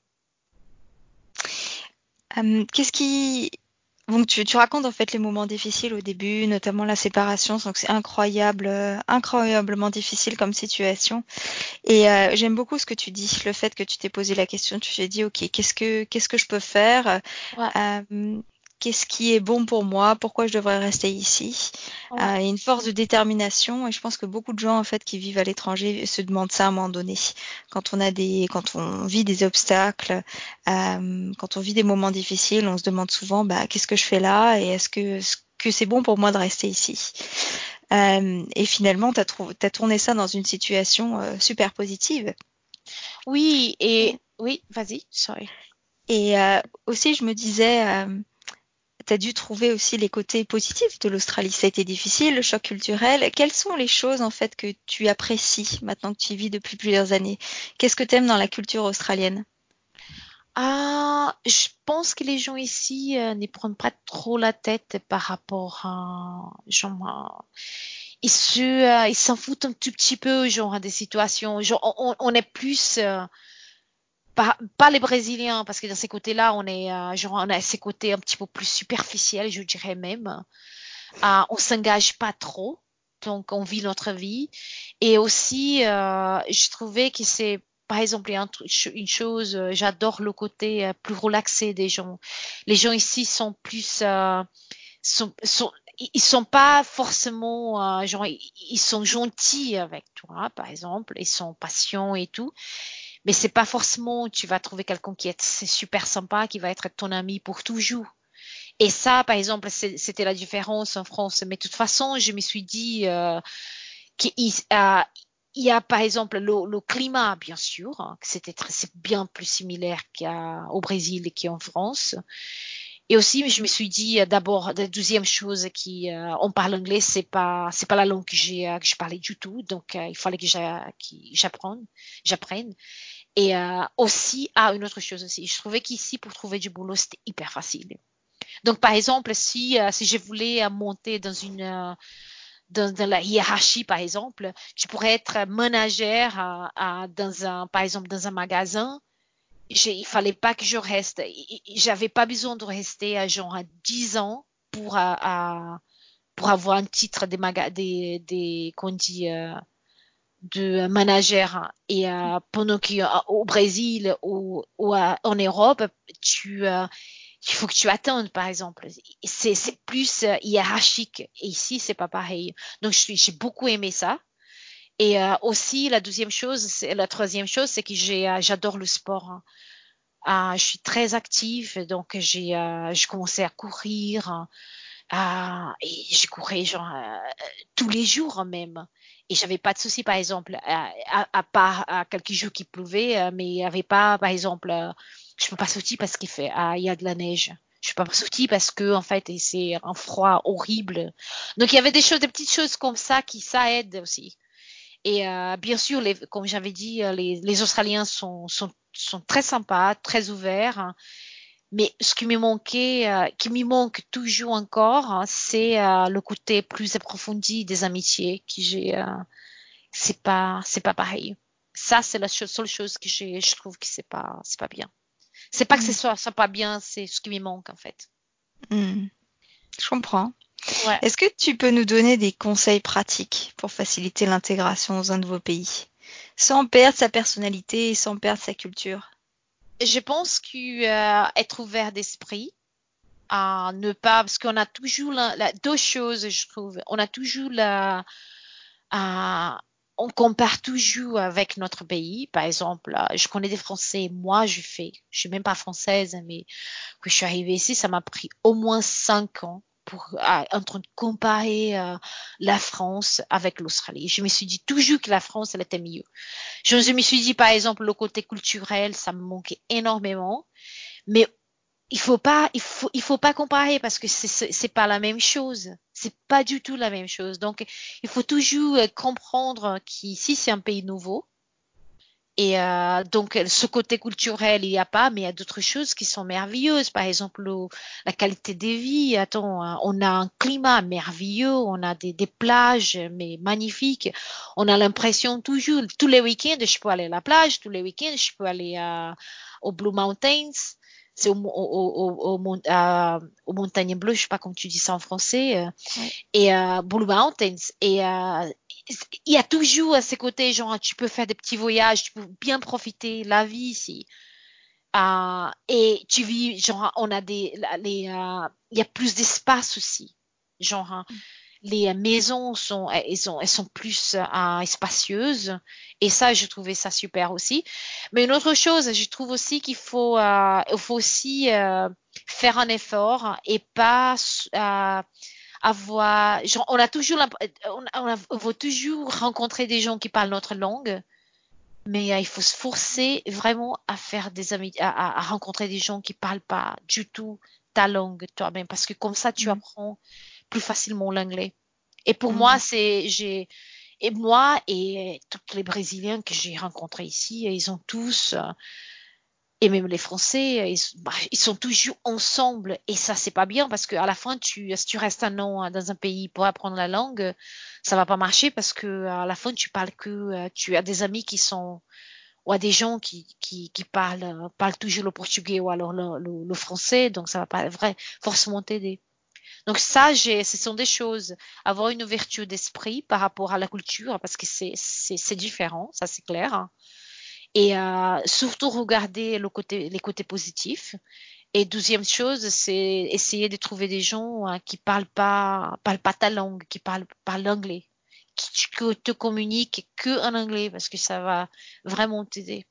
Euh, qu'est-ce qui... Donc tu, tu racontes en fait les moments difficiles au début, notamment la séparation, donc c'est incroyable, euh, incroyablement difficile comme situation. Et euh, j'aime beaucoup ce que tu dis, le fait que tu t'es posé la question, tu t'es dit ok, qu'est-ce que qu'est-ce que je peux faire? Ouais. Euh, qu'est-ce qui est bon pour moi, pourquoi je devrais rester ici, Ouais. euh, et une force de détermination. Et je pense que beaucoup de gens en fait qui vivent à l'étranger se demandent ça à un moment donné. Quand on a des, quand on vit des obstacles, euh, quand on vit des moments difficiles, on se demande souvent, bah, qu'est-ce que je fais là et est-ce que, est-ce que c'est bon pour moi de rester ici. Euh, et finalement, tu as trou- t'as tourné ça dans une situation euh, super positive. Oui, et oui, vas-y, sorry. Et euh, aussi, je me disais, euh, tu as dû trouver aussi les côtés positifs de l'Australie. Ça a été difficile, le choc culturel. Quelles sont les choses en fait que tu apprécies maintenant que tu y vis depuis plusieurs années? Qu'est-ce que tu aimes dans la culture australienne? Ah, je pense que les gens ici euh, ne prennent pas trop la tête par rapport à genre, euh, ils se, euh, ils s'en foutent un tout petit peu genre des situations. Genre, on, on on est plus euh, pas, pas les Brésiliens parce que dans ces côtés-là, on est euh, genre on a ces côtés un petit peu plus superficiels, je dirais même. Ah, on s'engage pas trop, donc on vit notre vie. Et aussi, euh, je trouvais que c'est, par exemple, il y a un truc- une chose, euh, j'adore le côté euh, plus relaxé des gens. Les gens ici sont plus, euh, sont, sont, ils ils sont pas forcément, euh, genre, ils ils sont gentils avec toi, par exemple, ils sont patients et tout. Mais c'est pas forcément, tu vas trouver quelqu'un qui est c'est super sympa, qui va être ton ami pour toujours. Et ça, par exemple, c'est- c'était la différence en France. Mais de toute façon, je me suis dit euh, qu'il euh, il y a, par exemple, le, le climat, bien sûr, hein, que c'était très- c'est bien plus similaire qu'au Brésil et qu'en France. Et aussi, je me suis dit euh, d'abord, la deuxième chose qui, euh, on parle anglais, c'est pas, c'est pas la langue que j'ai, euh, que je parlais du tout. Donc, euh, il fallait que j'a- que j'apprenne, j'apprenne. Et euh, aussi, ah, une autre chose aussi, je trouvais qu'ici, pour trouver du boulot, c'était hyper facile. Donc, par exemple, si, euh, si je voulais euh, monter dans une, euh, dans, dans la hiérarchie, par exemple, je pourrais être ménagère à, à- dans un, par exemple, dans un magasin. J'ai- il fallait pas que je reste. i- i- J'avais pas besoin de rester à genre à dix ans pour, à, à- pour avoir un titre des, maga des, des, qu'on dit, euh, de manager. Et euh, pendant qu'au Brésil ou, ou à- en Europe, tu, euh, il faut que tu attendes, par exemple. C'est, c'est plus euh, hiérarchique. Et ici, c'est pas pareil. Donc, je suis- j'ai beaucoup aimé ça. Et euh, aussi, la deuxième chose, c'est, la troisième chose, c'est que j'ai, euh, j'adore le sport, hein. Ah, je suis très active, donc j'ai, euh, j'ai commencé à courir. Hein. Ah, et je courais genre euh, tous les jours même. Et j'avais pas de souci, par exemple, à, à, à part à quelques jours qui pleuvait, euh, mais il y avait pas, par exemple, euh, je peux pas sortir parce qu'il fait, ah, il y a de la neige. Je peux pas sortir parce que, en fait, c'est un froid horrible. Donc, il y avait des choses, des petites choses comme ça qui, ça aide aussi. Et euh, bien sûr, les, comme j'avais dit, euh, les, les Australiens sont, sont, sont très sympas, très ouverts. Hein. Mais ce qui me manquait, euh, qui me manque toujours encore, hein, c'est euh, le côté plus approfondi des amitiés que j'ai. Euh, c'est pas, c'est pas pareil. Ça, c'est la cho- seule chose que j'ai. Je trouve que c'est pas, c'est pas bien. C'est pas que ce Hmm. soit, soit pas bien, c'est ce qui me manque en fait. Hmm. Je comprends. Ouais. Est-ce que tu peux nous donner des conseils pratiques pour faciliter l'intégration dans un nouveau pays, sans perdre sa personnalité et sans perdre sa culture? Je pense que euh, être ouvert d'esprit, à ne pas, parce qu'on a toujours la, la- deux choses, je trouve. On a toujours la, à- on compare toujours avec notre pays. Par exemple, euh, je connais des Français, moi je fais, je suis même pas française, mais quand je suis arrivée ici, ça m'a pris au moins cinq ans pour à, en train de comparer euh, la France avec l'Australie. Je me suis dit toujours que la France, elle était mieux. Je, je me suis dit, par exemple, le côté culturel, ça me manquait énormément, mais il faut pas, il faut, il faut pas comparer parce que c'est, c'est c'est pas la même chose. C'est pas du tout la même chose. Donc, il faut toujours euh, comprendre qu'ici, c'est un pays nouveau. Et euh, donc, ce côté culturel, il n'y a pas, mais il y a d'autres choses qui sont merveilleuses. Par exemple, le- la qualité des vies. Attends, hein, on a un climat merveilleux, on a des, des plages mais magnifiques. On a l'impression toujours, tous les week-ends, je peux aller à la plage, tous les week-ends, je peux aller à, aux Blue Mountains. C'est au, au, au, au, au, mon- à- aux montagnes bleues, je sais pas comment tu dis ça en français. euh, Oui. et euh, Blue Mountains. Et euh, il y a toujours à ces côtés, genre, tu peux faire des petits voyages, tu peux bien profiter la vie ici. Euh, et tu vis, genre, on a des, les, euh, il y a plus d'espace aussi. Genre, hein, les maisons sont, elles sont, elles sont plus euh, spacieuses. Et ça, je trouvais ça super aussi. Mais une autre chose, je trouve aussi qu'il faut, euh, il faut aussi euh, faire un effort et pas euh, avoir, genre, on a toujours, l'imp- on, a- on, a- on veut toujours rencontrer des gens qui parlent notre langue. Mais euh, il faut se forcer vraiment à faire des amis, à, à- à rencontrer des gens qui parlent pas du tout ta langue toi-même, parce que comme ça, tu Mm. apprends plus facilement l'anglais. Et pour moi, Mm. c'est, j'ai, et moi et tous les Brésiliens que j'ai rencontrés ici, ils ont tous, euh, et même les Français, ils, bah, ils sont toujours ensemble. Et ça, c'est pas bien parce qu'à la fin, tu, si tu restes un an hein, dans un pays pour apprendre la langue, ça va pas marcher parce que à la fin, tu parles que, euh, tu as des amis qui sont ou à des gens qui, qui, qui parlent, euh, parlent toujours le portugais ou alors le, le, le français, donc ça va pas vrai, forcément t'aider. Donc ça, j'ai, ce sont des choses, avoir une ouverture d'esprit par rapport à la culture, parce que c'est, c'est, c'est différent, ça c'est clair. Hein. Et euh, surtout regarder le côté, les côtés positifs. Et deuxième chose, c'est essayer de trouver des gens hein, qui parlent pas, parlent pas ta langue, qui parlent, parlent l'anglais, qui que te communiquent que en anglais, parce que ça va vraiment t'aider.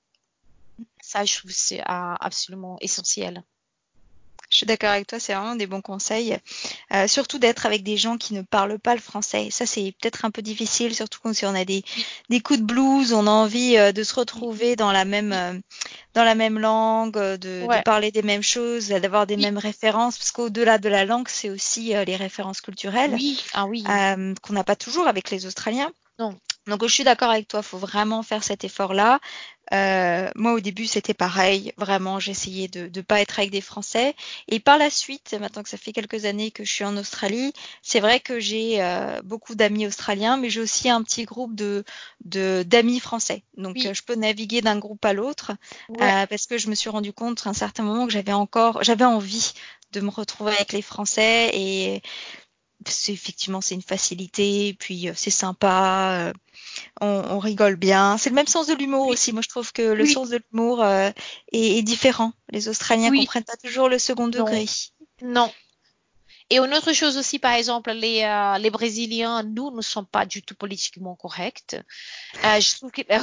Ça, je trouve que c'est ah, absolument essentiel. Je suis d'accord avec toi, c'est vraiment des bons conseils. Euh, surtout d'être avec des gens qui ne parlent pas le français. Ça, c'est peut-être un peu difficile, surtout quand si on a des, Oui, des coups de blues, on a envie euh, de se oui, retrouver dans la même, oui, euh, dans la même langue, euh, de, de ouais, parler des mêmes choses, d'avoir des oui, mêmes références, parce qu'au-delà de la langue, c'est aussi euh, les références culturelles oui, ah oui, euh, qu'on n'a pas toujours avec les Australiens. non, Donc, je suis d'accord avec toi, il faut vraiment faire cet effort-là. Euh, moi, au début, c'était pareil. Vraiment, j'essayais de ne pas être avec des Français. Et par la suite, maintenant que ça fait quelques années que je suis en Australie, c'est vrai que j'ai euh, beaucoup d'amis australiens, mais j'ai aussi un petit groupe de, de d'amis français. Donc, euh, oui, je peux naviguer d'un groupe à l'autre ouais, euh, parce que je me suis rendu compte à un certain moment que j'avais encore, j'avais envie de me retrouver avec les Français et c'est effectivement c'est une facilité, et puis euh, c'est sympa. euh, on, on rigole bien. C'est le même sens de l'humour oui, aussi. Moi, je trouve que le oui, sens de l'humour euh, est, est différent. Les Australiens oui, comprennent pas toujours le second non, degré. non. Et une autre chose aussi, par exemple, les, euh, les Brésiliens, nous ne sommes pas du tout politiquement corrects. Euh, je trouve que,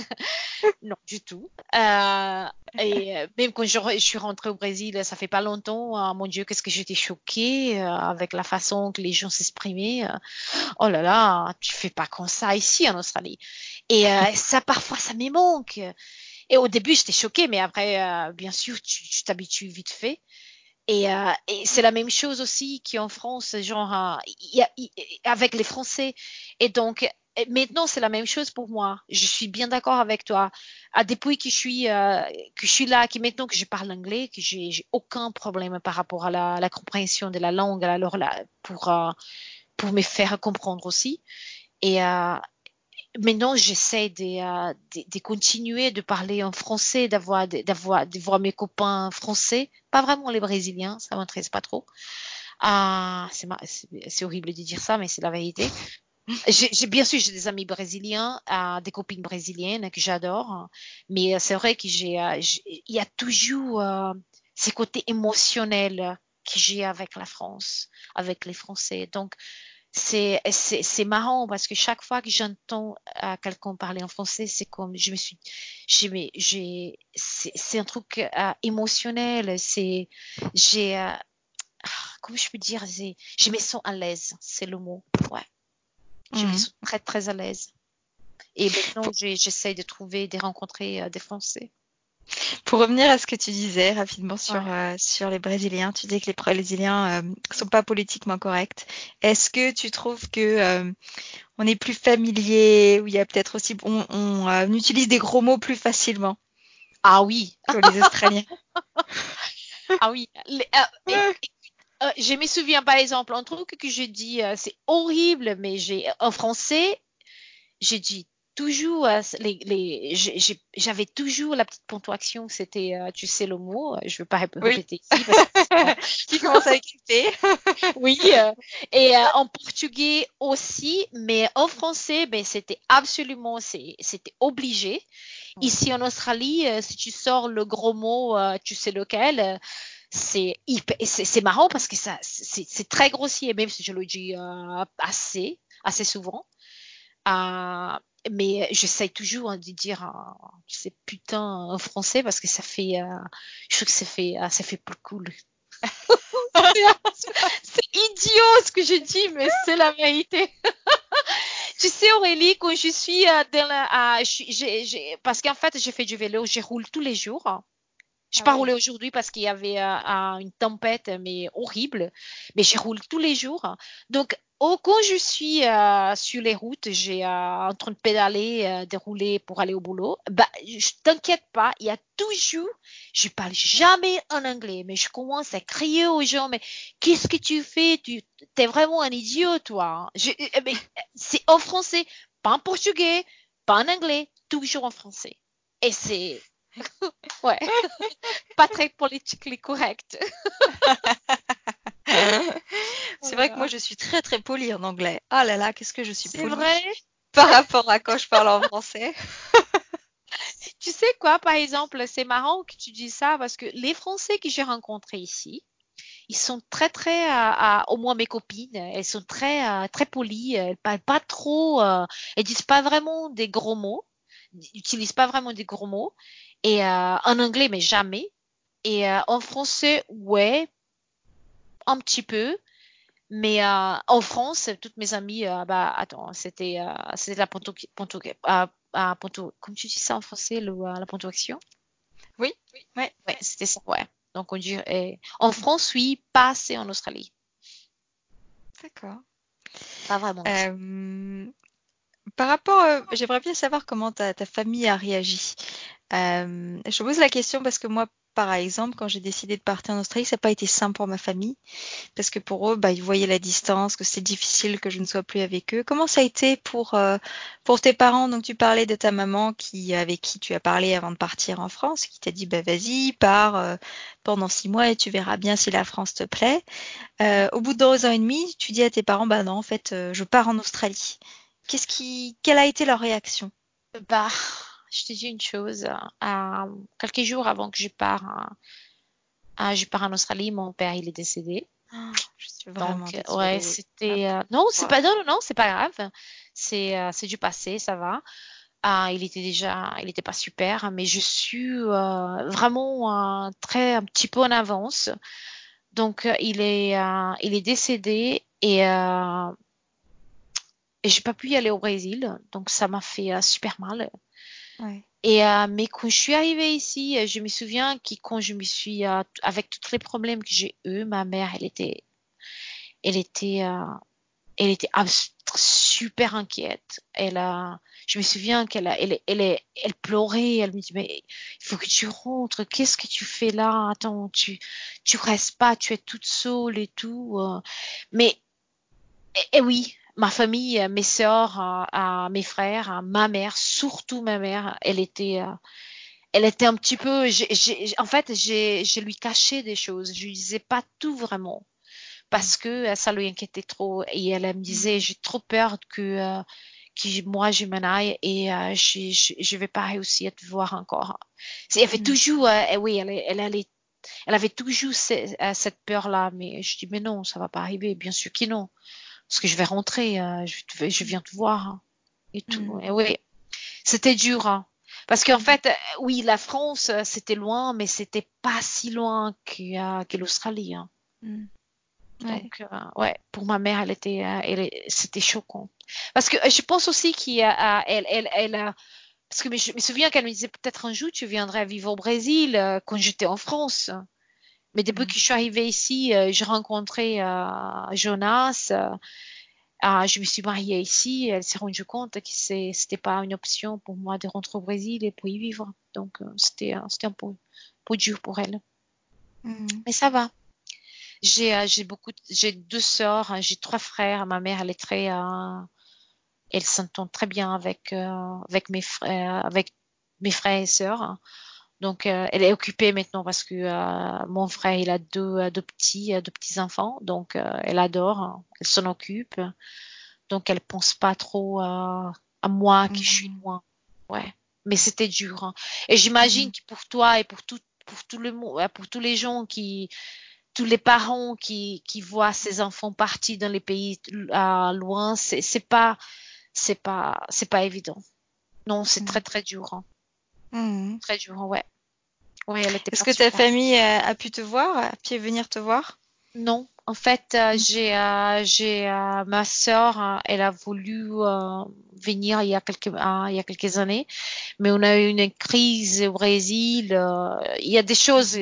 non, du tout. Euh, et euh, même quand je, re- je suis rentrée au Brésil, ça fait pas longtemps, euh, mon Dieu, qu'est-ce que j'étais choquée euh, avec la façon que les gens s'exprimaient. euh. Oh là là, tu fais pas comme ça ici en Australie. Et euh, ça, parfois, ça me manque. Et au début, j'étais choquée, mais après, euh, bien sûr, tu tu t'habitues vite fait. Et, euh, et c'est la même chose aussi qu'en France, genre euh, il y a- il- avec les Français. Et donc et maintenant c'est la même chose pour moi. Je suis bien d'accord avec toi. Ah, depuis que je suis euh, que je suis là, que maintenant que je parle anglais, que j'ai j'ai aucun problème par rapport à la, la compréhension de la langue, alors là pour euh, pour me faire comprendre aussi. Et euh, maintenant, j'essaie de, euh, de, de continuer de parler en français, d'avoir, d'avoir, de voir mes copains français, pas vraiment les Brésiliens, ça m'intéresse pas trop. Ah, c'est, ma- c'est, c'est horrible de dire ça, mais c'est la vérité. J'ai, j'ai- bien sûr, j'ai des amis brésiliens, euh, des copines brésiliennes que j'adore, hein. Mais euh, c'est vrai que j'ai, euh, j'ai- il y a toujours euh, ces côtés émotionnels que j'ai avec la France, avec les Français. Donc, c'est, c'est, c'est marrant parce que chaque fois que j'entends euh, quelqu'un parler en français, c'est comme je me suis, j'ai, mais j'ai, c'est, c'est un truc euh, émotionnel. C'est, j'ai, euh, comment je peux dire, c'est, je me sens à l'aise, c'est le mot. Ouais, je me Mhm. sens très très à l'aise. Et maintenant, Pour, j'ai- j'essaye de trouver, de rencontrer euh, des Français. pour revenir à ce que tu disais rapidement sur, Ouais. euh, sur les Brésiliens, tu dis que les Brésiliens euh, sont pas politiquement corrects. Est-ce que tu trouves que euh, on est plus familier ou il y a peut-être aussi on, on, euh, on utilise des gros mots plus facilement Ah oui, que les Australiens? ah oui. Les- euh, et- euh, je me souviens par exemple, un truc que j'ai dit, euh, c'est horrible, mais j'ai en français, j'ai dit. toujours, euh, les, les, j'ai- j'ai- j'avais toujours la petite ponctuation. C'était, euh, tu sais le mot, euh, je ne veux pas rép- Oui. répéter ici parce que Qui commence avec une P. oui, euh, et euh, en portugais aussi, mais en français, ben, c'était absolument, c'est- c'était obligé. Ici en Australie, euh, si tu sors le gros mot, euh, tu sais lequel, euh, c'est hyper- c'est c'est marrant parce que ça, c'est c'est très grossier, même si je le dis euh, assez, assez souvent. Euh, mais j'essaye toujours hein, de dire, euh, tu sais, putain en français parce que ça fait, euh, je trouve que ça fait, euh, ça fait plus cool. C'est idiot ce que je dis, mais c'est la vérité. Tu sais, Aurélie, quand je suis euh, dans la, euh, je suis- j'ai- j'ai- parce qu'en fait, j'ai fait du vélo, je roule tous les jours. Je n'ai Ah pas ouais. roulé aujourd'hui parce qu'il y avait euh, euh, une tempête, mais horrible. Mais je roule tous les jours. Donc, oh, quand je suis euh, sur les routes, j'ai euh, en train de pédaler, euh, de rouler pour aller au boulot. Bah, je t'inquiète pas, il y a toujours, je parle jamais en anglais, mais je commence à crier aux gens, mais qu'est-ce que tu fais? Tu es vraiment un idiot, toi. Hein. Je- euh, mais c'est en français, pas en portugais, pas en anglais, toujours en français. Et c'est, ouais. Pas très politiquement correct. C'est vrai que moi, Voilà. je suis très très polie en anglais. Ah là là, qu'est-ce que je suis C'est polie vrai. par rapport à quand je parle en français. Tu sais quoi, par exemple, c'est marrant que tu dis ça parce que les Français que j'ai rencontrés ici, ils sont très très, euh, euh, au moins mes copines, elles sont très euh, très polies, elles parlent pas trop, euh, elles disent pas vraiment des gros mots, ils utilisent pas vraiment des gros mots et euh, en anglais mais jamais et euh, en français ouais un petit peu. Mais euh, en France, toutes mes amies, euh, bah attends, c'était euh, c'était la ponto, ponto, euh, euh, ponto- comment tu dis ça en français, le, euh, la ponctuation? Oui, ouais, Ouais, c'était ça, ouais. Donc on dit eh, en France, oui, pas assez en Australie. d'accord. Pas vraiment ici. Euh, Par rapport, euh, j'aimerais bien savoir comment ta, ta famille a réagi. Euh, je te pose la question parce que moi, par exemple, quand j'ai décidé de partir en Australie, ça n'a pas été simple pour ma famille parce que pour eux, bah, ils voyaient la distance, que c'est difficile que je ne sois plus avec eux. Comment ça a été pour euh, pour tes parents? Donc tu parlais de ta maman qui avec qui tu as parlé avant de partir en France, qui t'a dit bah vas-y, pars euh, pendant six mois et tu verras bien si la France te plaît. Euh, au bout de deux ans et demi, tu dis à tes parents bah non, en fait, euh, je pars en Australie. Qu'est-ce qui, quelle a été leur réaction? Bah, je te dis une chose. euh, quelques jours avant que je pars, euh, je pars en Australie, mon père il est décédé. Ah, je suis vraiment Donc euh, ouais, désolée. Ma c'était euh, non, c'est pauvre. pas non non non, c'est pas grave. C'est euh, c'est du passé, ça va. Ah, il était déjà, il était pas super, mais je suis euh, vraiment euh, très un petit peu en avance. Donc euh, il est, euh, il est décédé et, euh, et j'ai pas pu y aller au Brésil, donc ça m'a fait euh, super mal. Ouais. Et euh, mais quand je suis arrivée ici, euh, je me souviens que quand je me suis euh, avec tous les problèmes que j'ai eus, ma mère, elle était, elle était, euh, elle était abs- super inquiète. Elle a, je me souviens qu'elle a, elle, elle, est- elle pleurait. Elle me dit, mais il faut que tu rentres. Qu'est-ce que tu fais là? Attends, tu, tu restes pas. Tu es toute seule et tout. euh. Mais, et, et oui, ma famille, euh, mes sœurs, euh, euh, mes frères, euh, ma mère, surtout ma mère, elle était, euh, elle était un petit peu, j'ai, j'ai- en fait, j'ai, je lui cachais des choses. Je lui disais pas tout vraiment Mm. parce que euh, ça lui inquiétait trop et elle, elle me disait Mm. j'ai trop peur que, euh, que moi je m'en aille et euh, je, je, je vais pas réussir à te voir encore. C'est- Elle avait Mm. toujours, euh, eh oui, elle, elle, allait- elle avait toujours ce- euh, cette peur-là, mais je dis mais non, ça va pas arriver, bien sûr que non, parce que je vais rentrer, euh, je, te- je viens te voir hein, et tout. Mm. Et oui, c'était dur. Hein. Parce qu'en Mm. fait, euh, oui, la France, euh, c'était loin, mais c'était pas si loin que, euh, que l'Australie. Hein. Mm. Ouais. Donc, euh, ouais, pour ma mère, elle était, euh, elle est- c'était choquant. Parce que euh, je pense aussi qu'elle, elle, elle, elle, a- parce que je me souviens qu'elle me disait peut-être un jour tu viendrais vivre au Brésil euh, quand j'étais en France. Mais depuis Mm. que je suis arrivée ici, euh, j'ai rencontré euh, Jonas. euh, ah, je me suis mariée ici. Elle s'est rendue compte que c'est, c'était pas une option pour moi de rentrer au Brésil et pour y vivre. Donc, euh, c'était, euh, c'était un peu, un peu dur pour elle. Mm. Mais ça va. J'ai euh, j'ai beaucoup, de- j'ai deux sœurs, hein, j'ai trois frères. Ma mère, elle est très, euh, Elle s'entend très bien avec euh, avec mes frères, avec mes frères et sœurs. Donc, euh, elle est occupée maintenant parce que euh, mon frère, il a deux, euh, deux petits, euh, deux petits enfants. Donc, euh, elle adore, hein. Elle s'en occupe. Donc, elle pense pas trop euh, à moi qui je suis Mhm. loin. Ouais. Mais c'était dur, hein. Et j'imagine Mhm. que pour toi et pour tout, pour tout le monde, ouais, pour tous les gens qui, tous les parents qui, qui voient ces enfants partis dans les pays euh, loin, c'est, c'est pas, c'est pas, c'est pas évident. Non, c'est très, très dur, hein. Mhm. Très dur, hein, ouais. Ouais, elle était Est-ce pas que ta super. famille a, a pu te voir, a pu venir te voir? Non, en fait, euh, j'ai euh, j'ai euh, ma sœur, hein, elle a voulu euh, venir il y a quelques euh, il y a quelques années, mais on a eu une crise au Brésil. Euh, il y a des choses.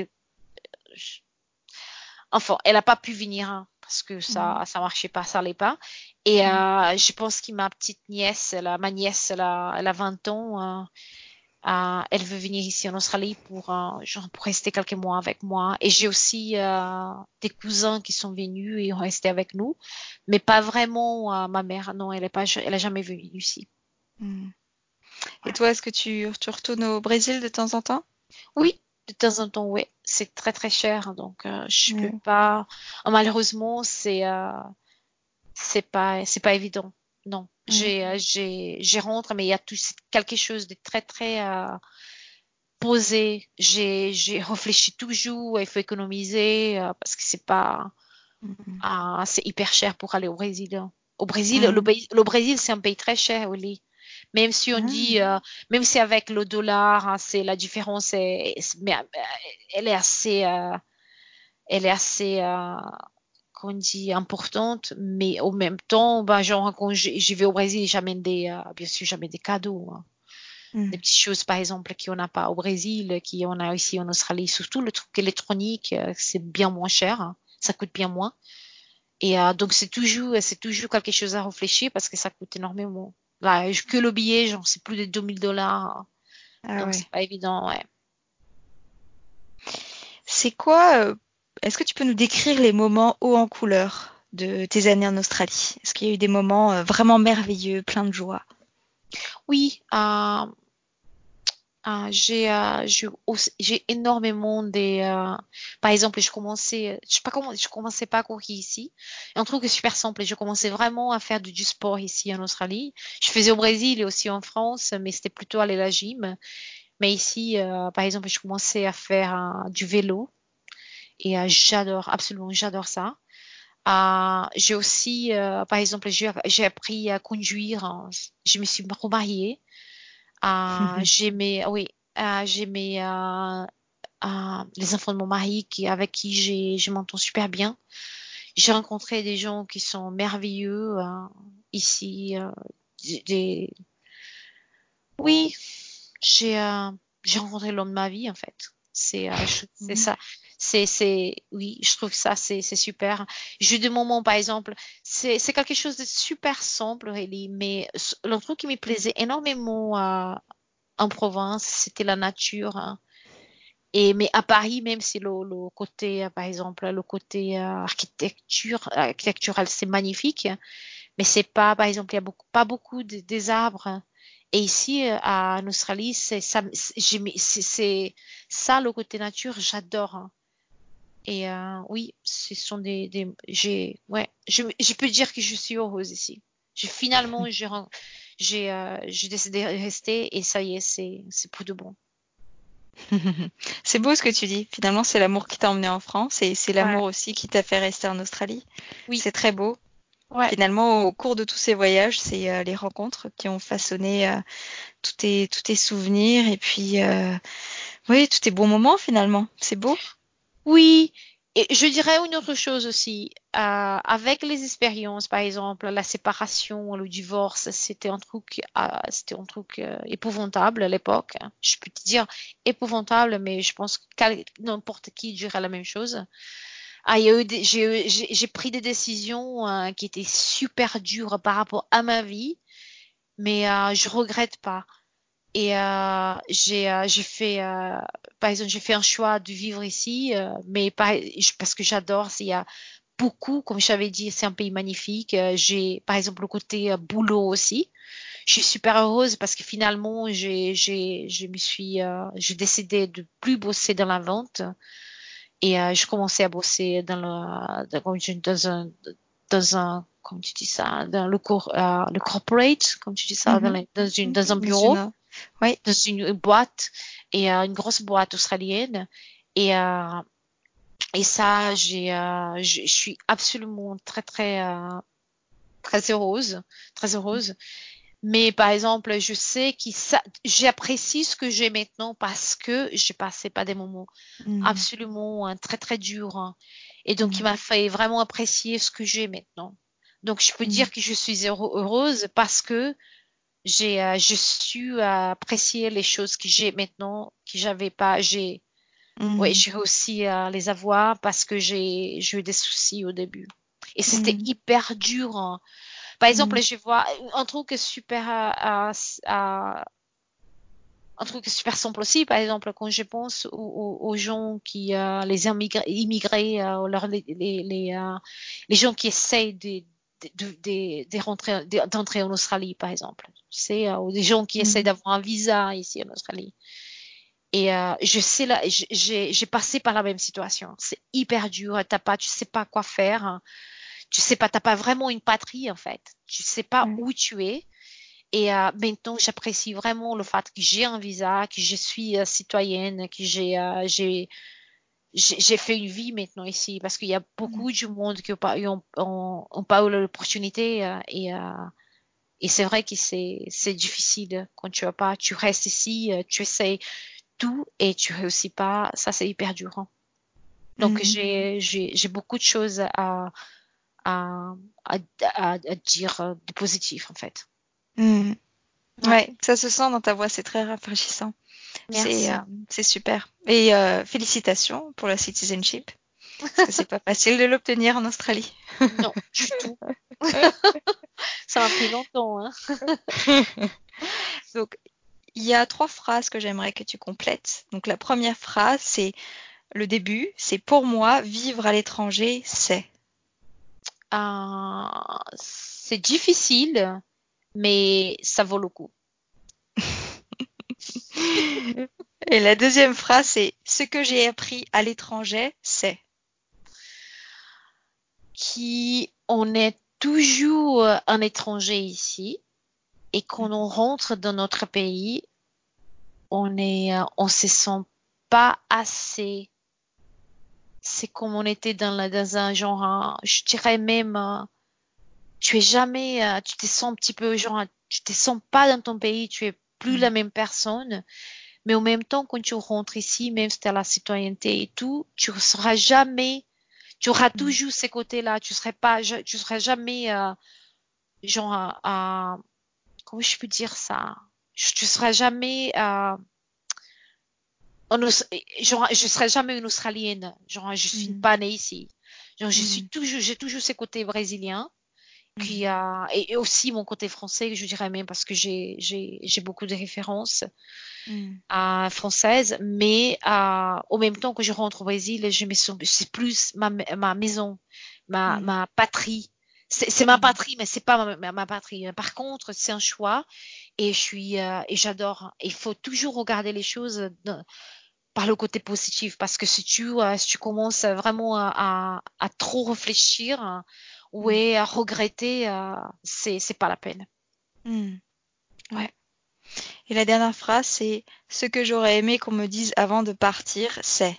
Enfin, elle a pas pu venir, hein, parce que ça Mhm. ça marchait pas, ça allait pas. Et Mhm. euh, je pense que ma petite nièce, elle a- ma nièce, elle a, elle a vingt ans. euh, Euh, elle veut venir ici en Australie pour, euh, genre, pour rester quelques mois avec moi. Et j'ai aussi euh, des cousins qui sont venus et ont resté avec nous, mais pas vraiment euh, ma mère. Non, elle est pas, elle a jamais venu ici. Mhm. Et Ouais. toi, est-ce que tu, tu retournes au Brésil de temps en temps? Oui, de temps en temps, oui. C'est très très cher, donc euh, je peux Ouais. pas. Oh, malheureusement, c'est euh, c'est pas c'est pas évident. Non, Ouais. j'ai euh, j'ai j'ai rentre, mais il y a tout quelque chose de très très euh, posé. J'ai, j'ai réfléchi toujours, il faut économiser euh, parce que c'est pas, Mhm. ah, c'est hyper cher pour aller au Brésil, hein. Au Brésil, le, Mhm. pays- le Brésil, c'est un pays très cher, oui. Même si on Ah. dit, euh, même si avec le dollar, hein, c'est la différence, est, est- mais, euh, elle est assez, euh, elle est assez, euh, qu'on dit importante, mais en même temps, ben, genre, quand j'y j'y vais au Brésil, j'amène des, euh, bien sûr, j'amène des cadeaux, hein. Des Mhm. petites choses, par exemple, qu'on n'a pas au Brésil, qu'on a ici en Australie. Surtout le truc électronique, euh, c'est bien moins cher, hein. Ça coûte bien moins. Et euh, donc, c'est toujours, c'est toujours quelque chose à réfléchir parce que ça coûte énormément. Là, je- que le billet, genre, c'est plus de deux mille dollars, hein. Ah Donc, c'est ouais. pas évident, ouais. C'est quoi, euh, est-ce que tu peux nous décrire les moments hauts en couleur de tes années en Australie? Est-ce qu'il y a eu des moments euh, vraiment merveilleux, pleins de joie? Oui, euh, euh, j'ai euh, j'ai aussi- j'ai énormément des euh, par exemple je commençais je sais pas comment je commençais pas à courir ici un truc super simple je commençais vraiment à faire du, du sport ici en Australie je faisais au Brésil et aussi en France mais c'était plutôt aller à la gym mais ici euh, par exemple je commençais à faire euh, du vélo et euh, j'adore absolument j'adore ça. Euh, j'ai aussi euh, par exemple j'ai j'ai appris à conduire, hein. Je me suis remariée. Euh, j'ai mes, oui, euh, j'ai mes, euh, euh, les enfants de mon mari qui, avec qui j'ai, je m'entends super bien. J'ai rencontré des gens qui sont merveilleux euh, ici. Euh, des, des- oui, j'ai, euh, j'ai rencontré l'homme de ma vie en fait. C'est, euh, je- c'est Mhm. ça. C'est, c'est, oui, je trouve que ça c'est, c'est super. J'ai des moments par exemple, c'est, c'est quelque chose de super simple, really, mais ce- le truc qui me plaisait énormément euh, en province, c'était la nature, hein. Et mais à Paris, même si le, le côté, euh, par exemple, le côté euh, architecture, architectural, c'est magnifique, mais c'est pas, par exemple, il y a beaucoup, pas beaucoup de- des arbres. Et ici, euh, à- en Australie, c'est ça, c'est j'ai- c'est- c'est ça le côté nature, j'adore, hein. Et euh, oui, ce sont des, des j'ai, ouais, je, je peux dire que je suis heureuse ici. J'ai finalement, j'ai, ren- j'ai, euh, j'ai décidé de rester et ça y est, c'est, c'est pour de bon. C'est beau ce que tu dis. Finalement, c'est l'amour qui t'a emmené en France et c'est Ouais. l'amour aussi qui t'a fait rester en Australie. Oui, C'est très beau. ouais. Finalement, au cours de tous ces voyages, c'est euh, les rencontres qui ont façonné euh, tous tes, tous tes souvenirs et puis, euh, oui, tous tes bons moments finalement. C'est beau. Oui, et je dirais une autre chose aussi. Euh, avec les expériences, par exemple, la séparation, le divorce, c'était un truc, euh, c'était un truc euh, épouvantable à l'époque. Je peux te dire épouvantable, mais je pense que quel- n'importe qui dirait la même chose. Ah, il y a eu des- j'ai, eu- j'ai j'ai pris des décisions euh, qui étaient super dures par rapport à ma vie, mais euh, je regrette pas. Et euh, j'ai euh, j'ai fait euh, par exemple j'ai fait un choix de vivre ici, euh, mais pas je- parce que j'adore. Il y a beaucoup, comme j'avais dit, c'est un pays magnifique. Euh, j'ai, par exemple, le côté euh, boulot aussi. Je suis super heureuse parce que finalement, j'ai, j'ai, je me suis, euh, j'ai décidé de plus bosser dans la vente et euh, je commençais à bosser dans le, dans, comme je- dans un, dans un, comment tu dis ça, dans le, cor- euh, le corporate, comme tu dis ça, dans, Mhm. les- dans une, Mhm. dans un Dans bureau, une... Oui. dans une boîte et euh, une grosse boîte australienne. Et, euh, et ça, j'ai, euh, je je suis absolument très, très, euh, très heureuse, très heureuse. Mais par exemple, je sais que ça, j'apprécie ce que j'ai maintenant parce que j'ai passé pas des moments Mm. absolument hein, très très durs. Hein. Et donc, il Mm. m'a fait vraiment apprécier ce que j'ai maintenant. Donc, je peux Mm. dire que je suis heureux- heureuse parce que j'ai, euh, je su euh, apprécier les choses que j'ai maintenant, que j'avais pas. J'ai, ouais, Mm. j'ai réussi à les avoir parce que j'ai, j'ai eu des soucis au début. Et c'était Mm. hyper dur. Hein. Par exemple, Mm. je vois un truc super à, à- à- un truc super simple aussi. Par exemple, quand je pense aux, aux- aux gens qui, euh, les immigrés, immigrés, euh, leur- les, les, les, euh, les gens qui essayent de, de, de, de rentrer, de- d'entrer en Australie, par exemple. Tu sais, euh, ou des gens qui essayent Mm. d'avoir un visa ici en Australie. Et euh, je sais là, j- j'ai j'ai passé par la même situation. C'est hyper dur. T'as pas, tu sais pas quoi faire. Hein. Tu sais pas, t'as pas vraiment une patrie en fait. Tu sais pas Ouais. où tu es. Et euh, maintenant, j'apprécie vraiment le fait que j'ai un visa, que je suis euh, citoyenne, que j'ai euh, j'ai j'ai j'ai fait une vie maintenant ici, parce qu'il y a Mm. beaucoup de monde qui n'ont pas eu, ont, ont- ont pas eu l'opportunité. euh, et euh, et c'est vrai que c'est c'est difficile quand tu as pas, tu restes ici, euh, tu essayes tout et tu réussis pas. Ça, c'est hyper dur. Hein. Donc Mm. j'ai j'ai j'ai beaucoup de choses à à à, à, à dire euh, de positif en fait. Mm. Ouais, Ouais, ça se sent dans ta voix, c'est très rafraîchissant. C'est euh, merci. c'est super. Et euh, félicitations pour la citizenship, parce que c'est pas facile de l'obtenir en Australie. Non, du tout. Ça m'a pris longtemps, hein. Donc, il y a trois phrases que j'aimerais que tu complètes. Donc, la première phrase, c'est le début, c'est pour moi, vivre à l'étranger, c'est. Euh, c'est difficile, mais ça vaut le coup. Et la deuxième phrase, c'est ce que j'ai appris à l'étranger, c'est. Qui on est toujours un étranger ici et quand on rentre dans notre pays, on est, euh, on se sent pas assez. C'est comme on était dans, la, dans un genre, un- je dirais même, euh, tu es jamais, euh, tu te sens un petit peu genre, tu te sens pas dans ton pays, tu es plus la Mm. même personne. Mais en même temps, quand tu rentres ici, même si tu as la citoyenneté et tout, tu ne seras jamais, tu auras Mm. toujours ces côtés-là. Tu serais pas, je- tu seras jamais, euh, genre, à, à- comment je peux dire ça? Je- Tu seras jamais, euh, en Aus- genre, je serai jamais une Australienne. Genre, je suis Mm. pas née ici. Genre, je suis Mm. toujours, j'ai toujours ces côtés brésiliens. Qui Mhm. a, et et aussi mon côté français, je dirais même, parce que j'ai, j'ai, j'ai beaucoup de références. Mm. euh, française, mais euh, au même temps que je rentre au Brésil, je me sens, c'est plus ma, ma maison, ma, Mm. ma patrie. C'est c'est ma Mm. patrie, mais c'est pas ma, ma, ma patrie. Par contre, c'est un choix et je suis euh, et j'adore. Il faut toujours regarder les choses de- par le côté positif parce que si tu euh, si tu commences vraiment à, à, à trop réfléchir hein, ou Mm. à regretter, euh, c'est c'est pas la peine. Mm. Ouais. Ouais. Et la dernière phrase, c'est ce que j'aurais aimé qu'on me dise avant de partir, c'est.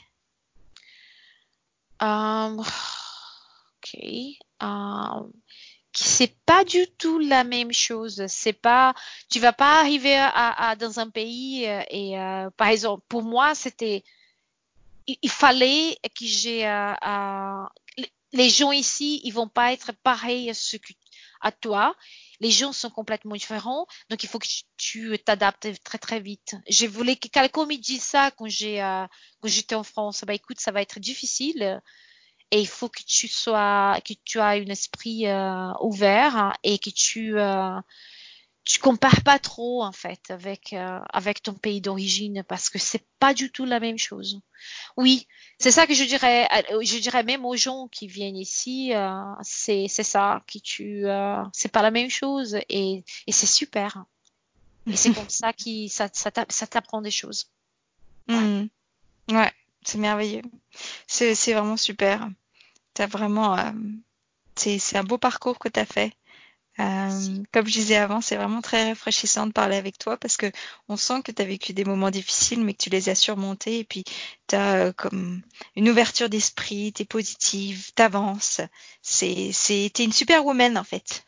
Euh, ok. Euh, c'est pas du tout la même chose. C'est pas, tu vas pas arriver à, à- dans un pays euh, et euh, par exemple pour moi c'était, il, il fallait que j'ai, euh, euh, les les gens ici ils vont pas être pareils à ce que à toi. Les gens sont complètement différents, donc il faut que tu tu t'adaptes très très vite. Je voulais que quelqu'un me dise ça quand j'ai euh, quand j'étais en France. Bah écoute, ça va être difficile et il faut que tu sois, que tu as un esprit euh, ouvert hein, et que tu, euh, tu compares pas trop en fait avec euh, avec ton pays d'origine parce que c'est pas du tout la même chose. Oui, c'est ça que je dirais. euh, Je dirais même aux gens qui viennent ici, euh, c'est c'est ça qui tu euh, c'est pas la même chose et et c'est super. Et c'est comme ça qui ça ça t'a- ça t'apprend des choses. Ouais. Hmm. Ouais, c'est merveilleux. C'est, c'est vraiment super. T'as vraiment, euh, c'est, c'est un beau parcours que t'as fait. Merci. Euh, comme je disais avant, c'est vraiment très rafraîchissant de parler avec toi parce que on sent que tu as vécu des moments difficiles, mais que tu les as surmontés et puis tu as comme une ouverture d'esprit, tu es positive, t'avances. C'est, c'est, t'es une superwoman en fait.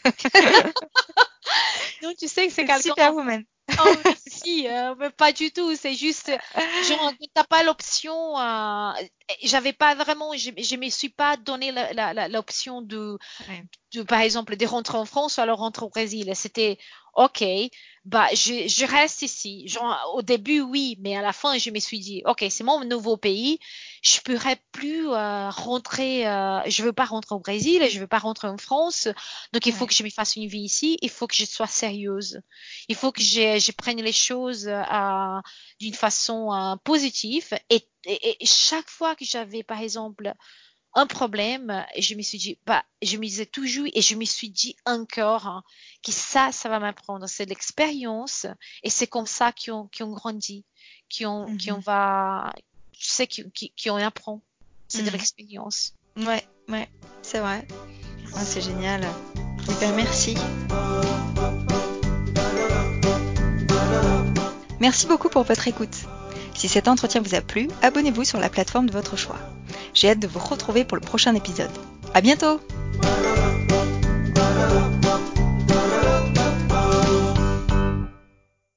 Non, tu sais que c'est Une quelqu'un. superwoman. Oh, merci, euh, mais pas du tout. C'est juste, genre, quand t'as pas l'option. Euh, j'avais pas vraiment, je, je me suis pas donné la- la- la- l'option de, Ouais, de, par exemple, de rentrer en France ou alors rentrer au Brésil. C'était, ok, bah, je, je reste ici. Genre, au début, oui, mais à la fin, je me suis dit, ok, c'est mon nouveau pays. Je pourrais plus euh, rentrer. Euh, je veux pas rentrer au Brésil et je veux pas rentrer en France. Donc, il faut que ouais. je me fasse une vie ici. Il faut que je sois sérieuse. Il faut que je, je prenne les choses euh, d'une façon euh, positive. Et, et, et chaque fois que j'avais, par exemple, un problème, je me suis dit, bah, je me disais toujours et je me suis dit encore hein, que ça, ça va m'apprendre. C'est de l'expérience et c'est comme ça qu'on qu'on grandit, qu'on qu'on Mhm. va, tu sais, qu'on qu'on apprend. C'est de Mhm. l'expérience. Ouais, ouais, c'est vrai. Ah, c'est génial. Eh ben, merci. Merci beaucoup pour votre écoute. Si cet entretien vous a plu, abonnez-vous sur la plateforme de votre choix. J'ai hâte de vous retrouver pour le prochain épisode. À bientôt!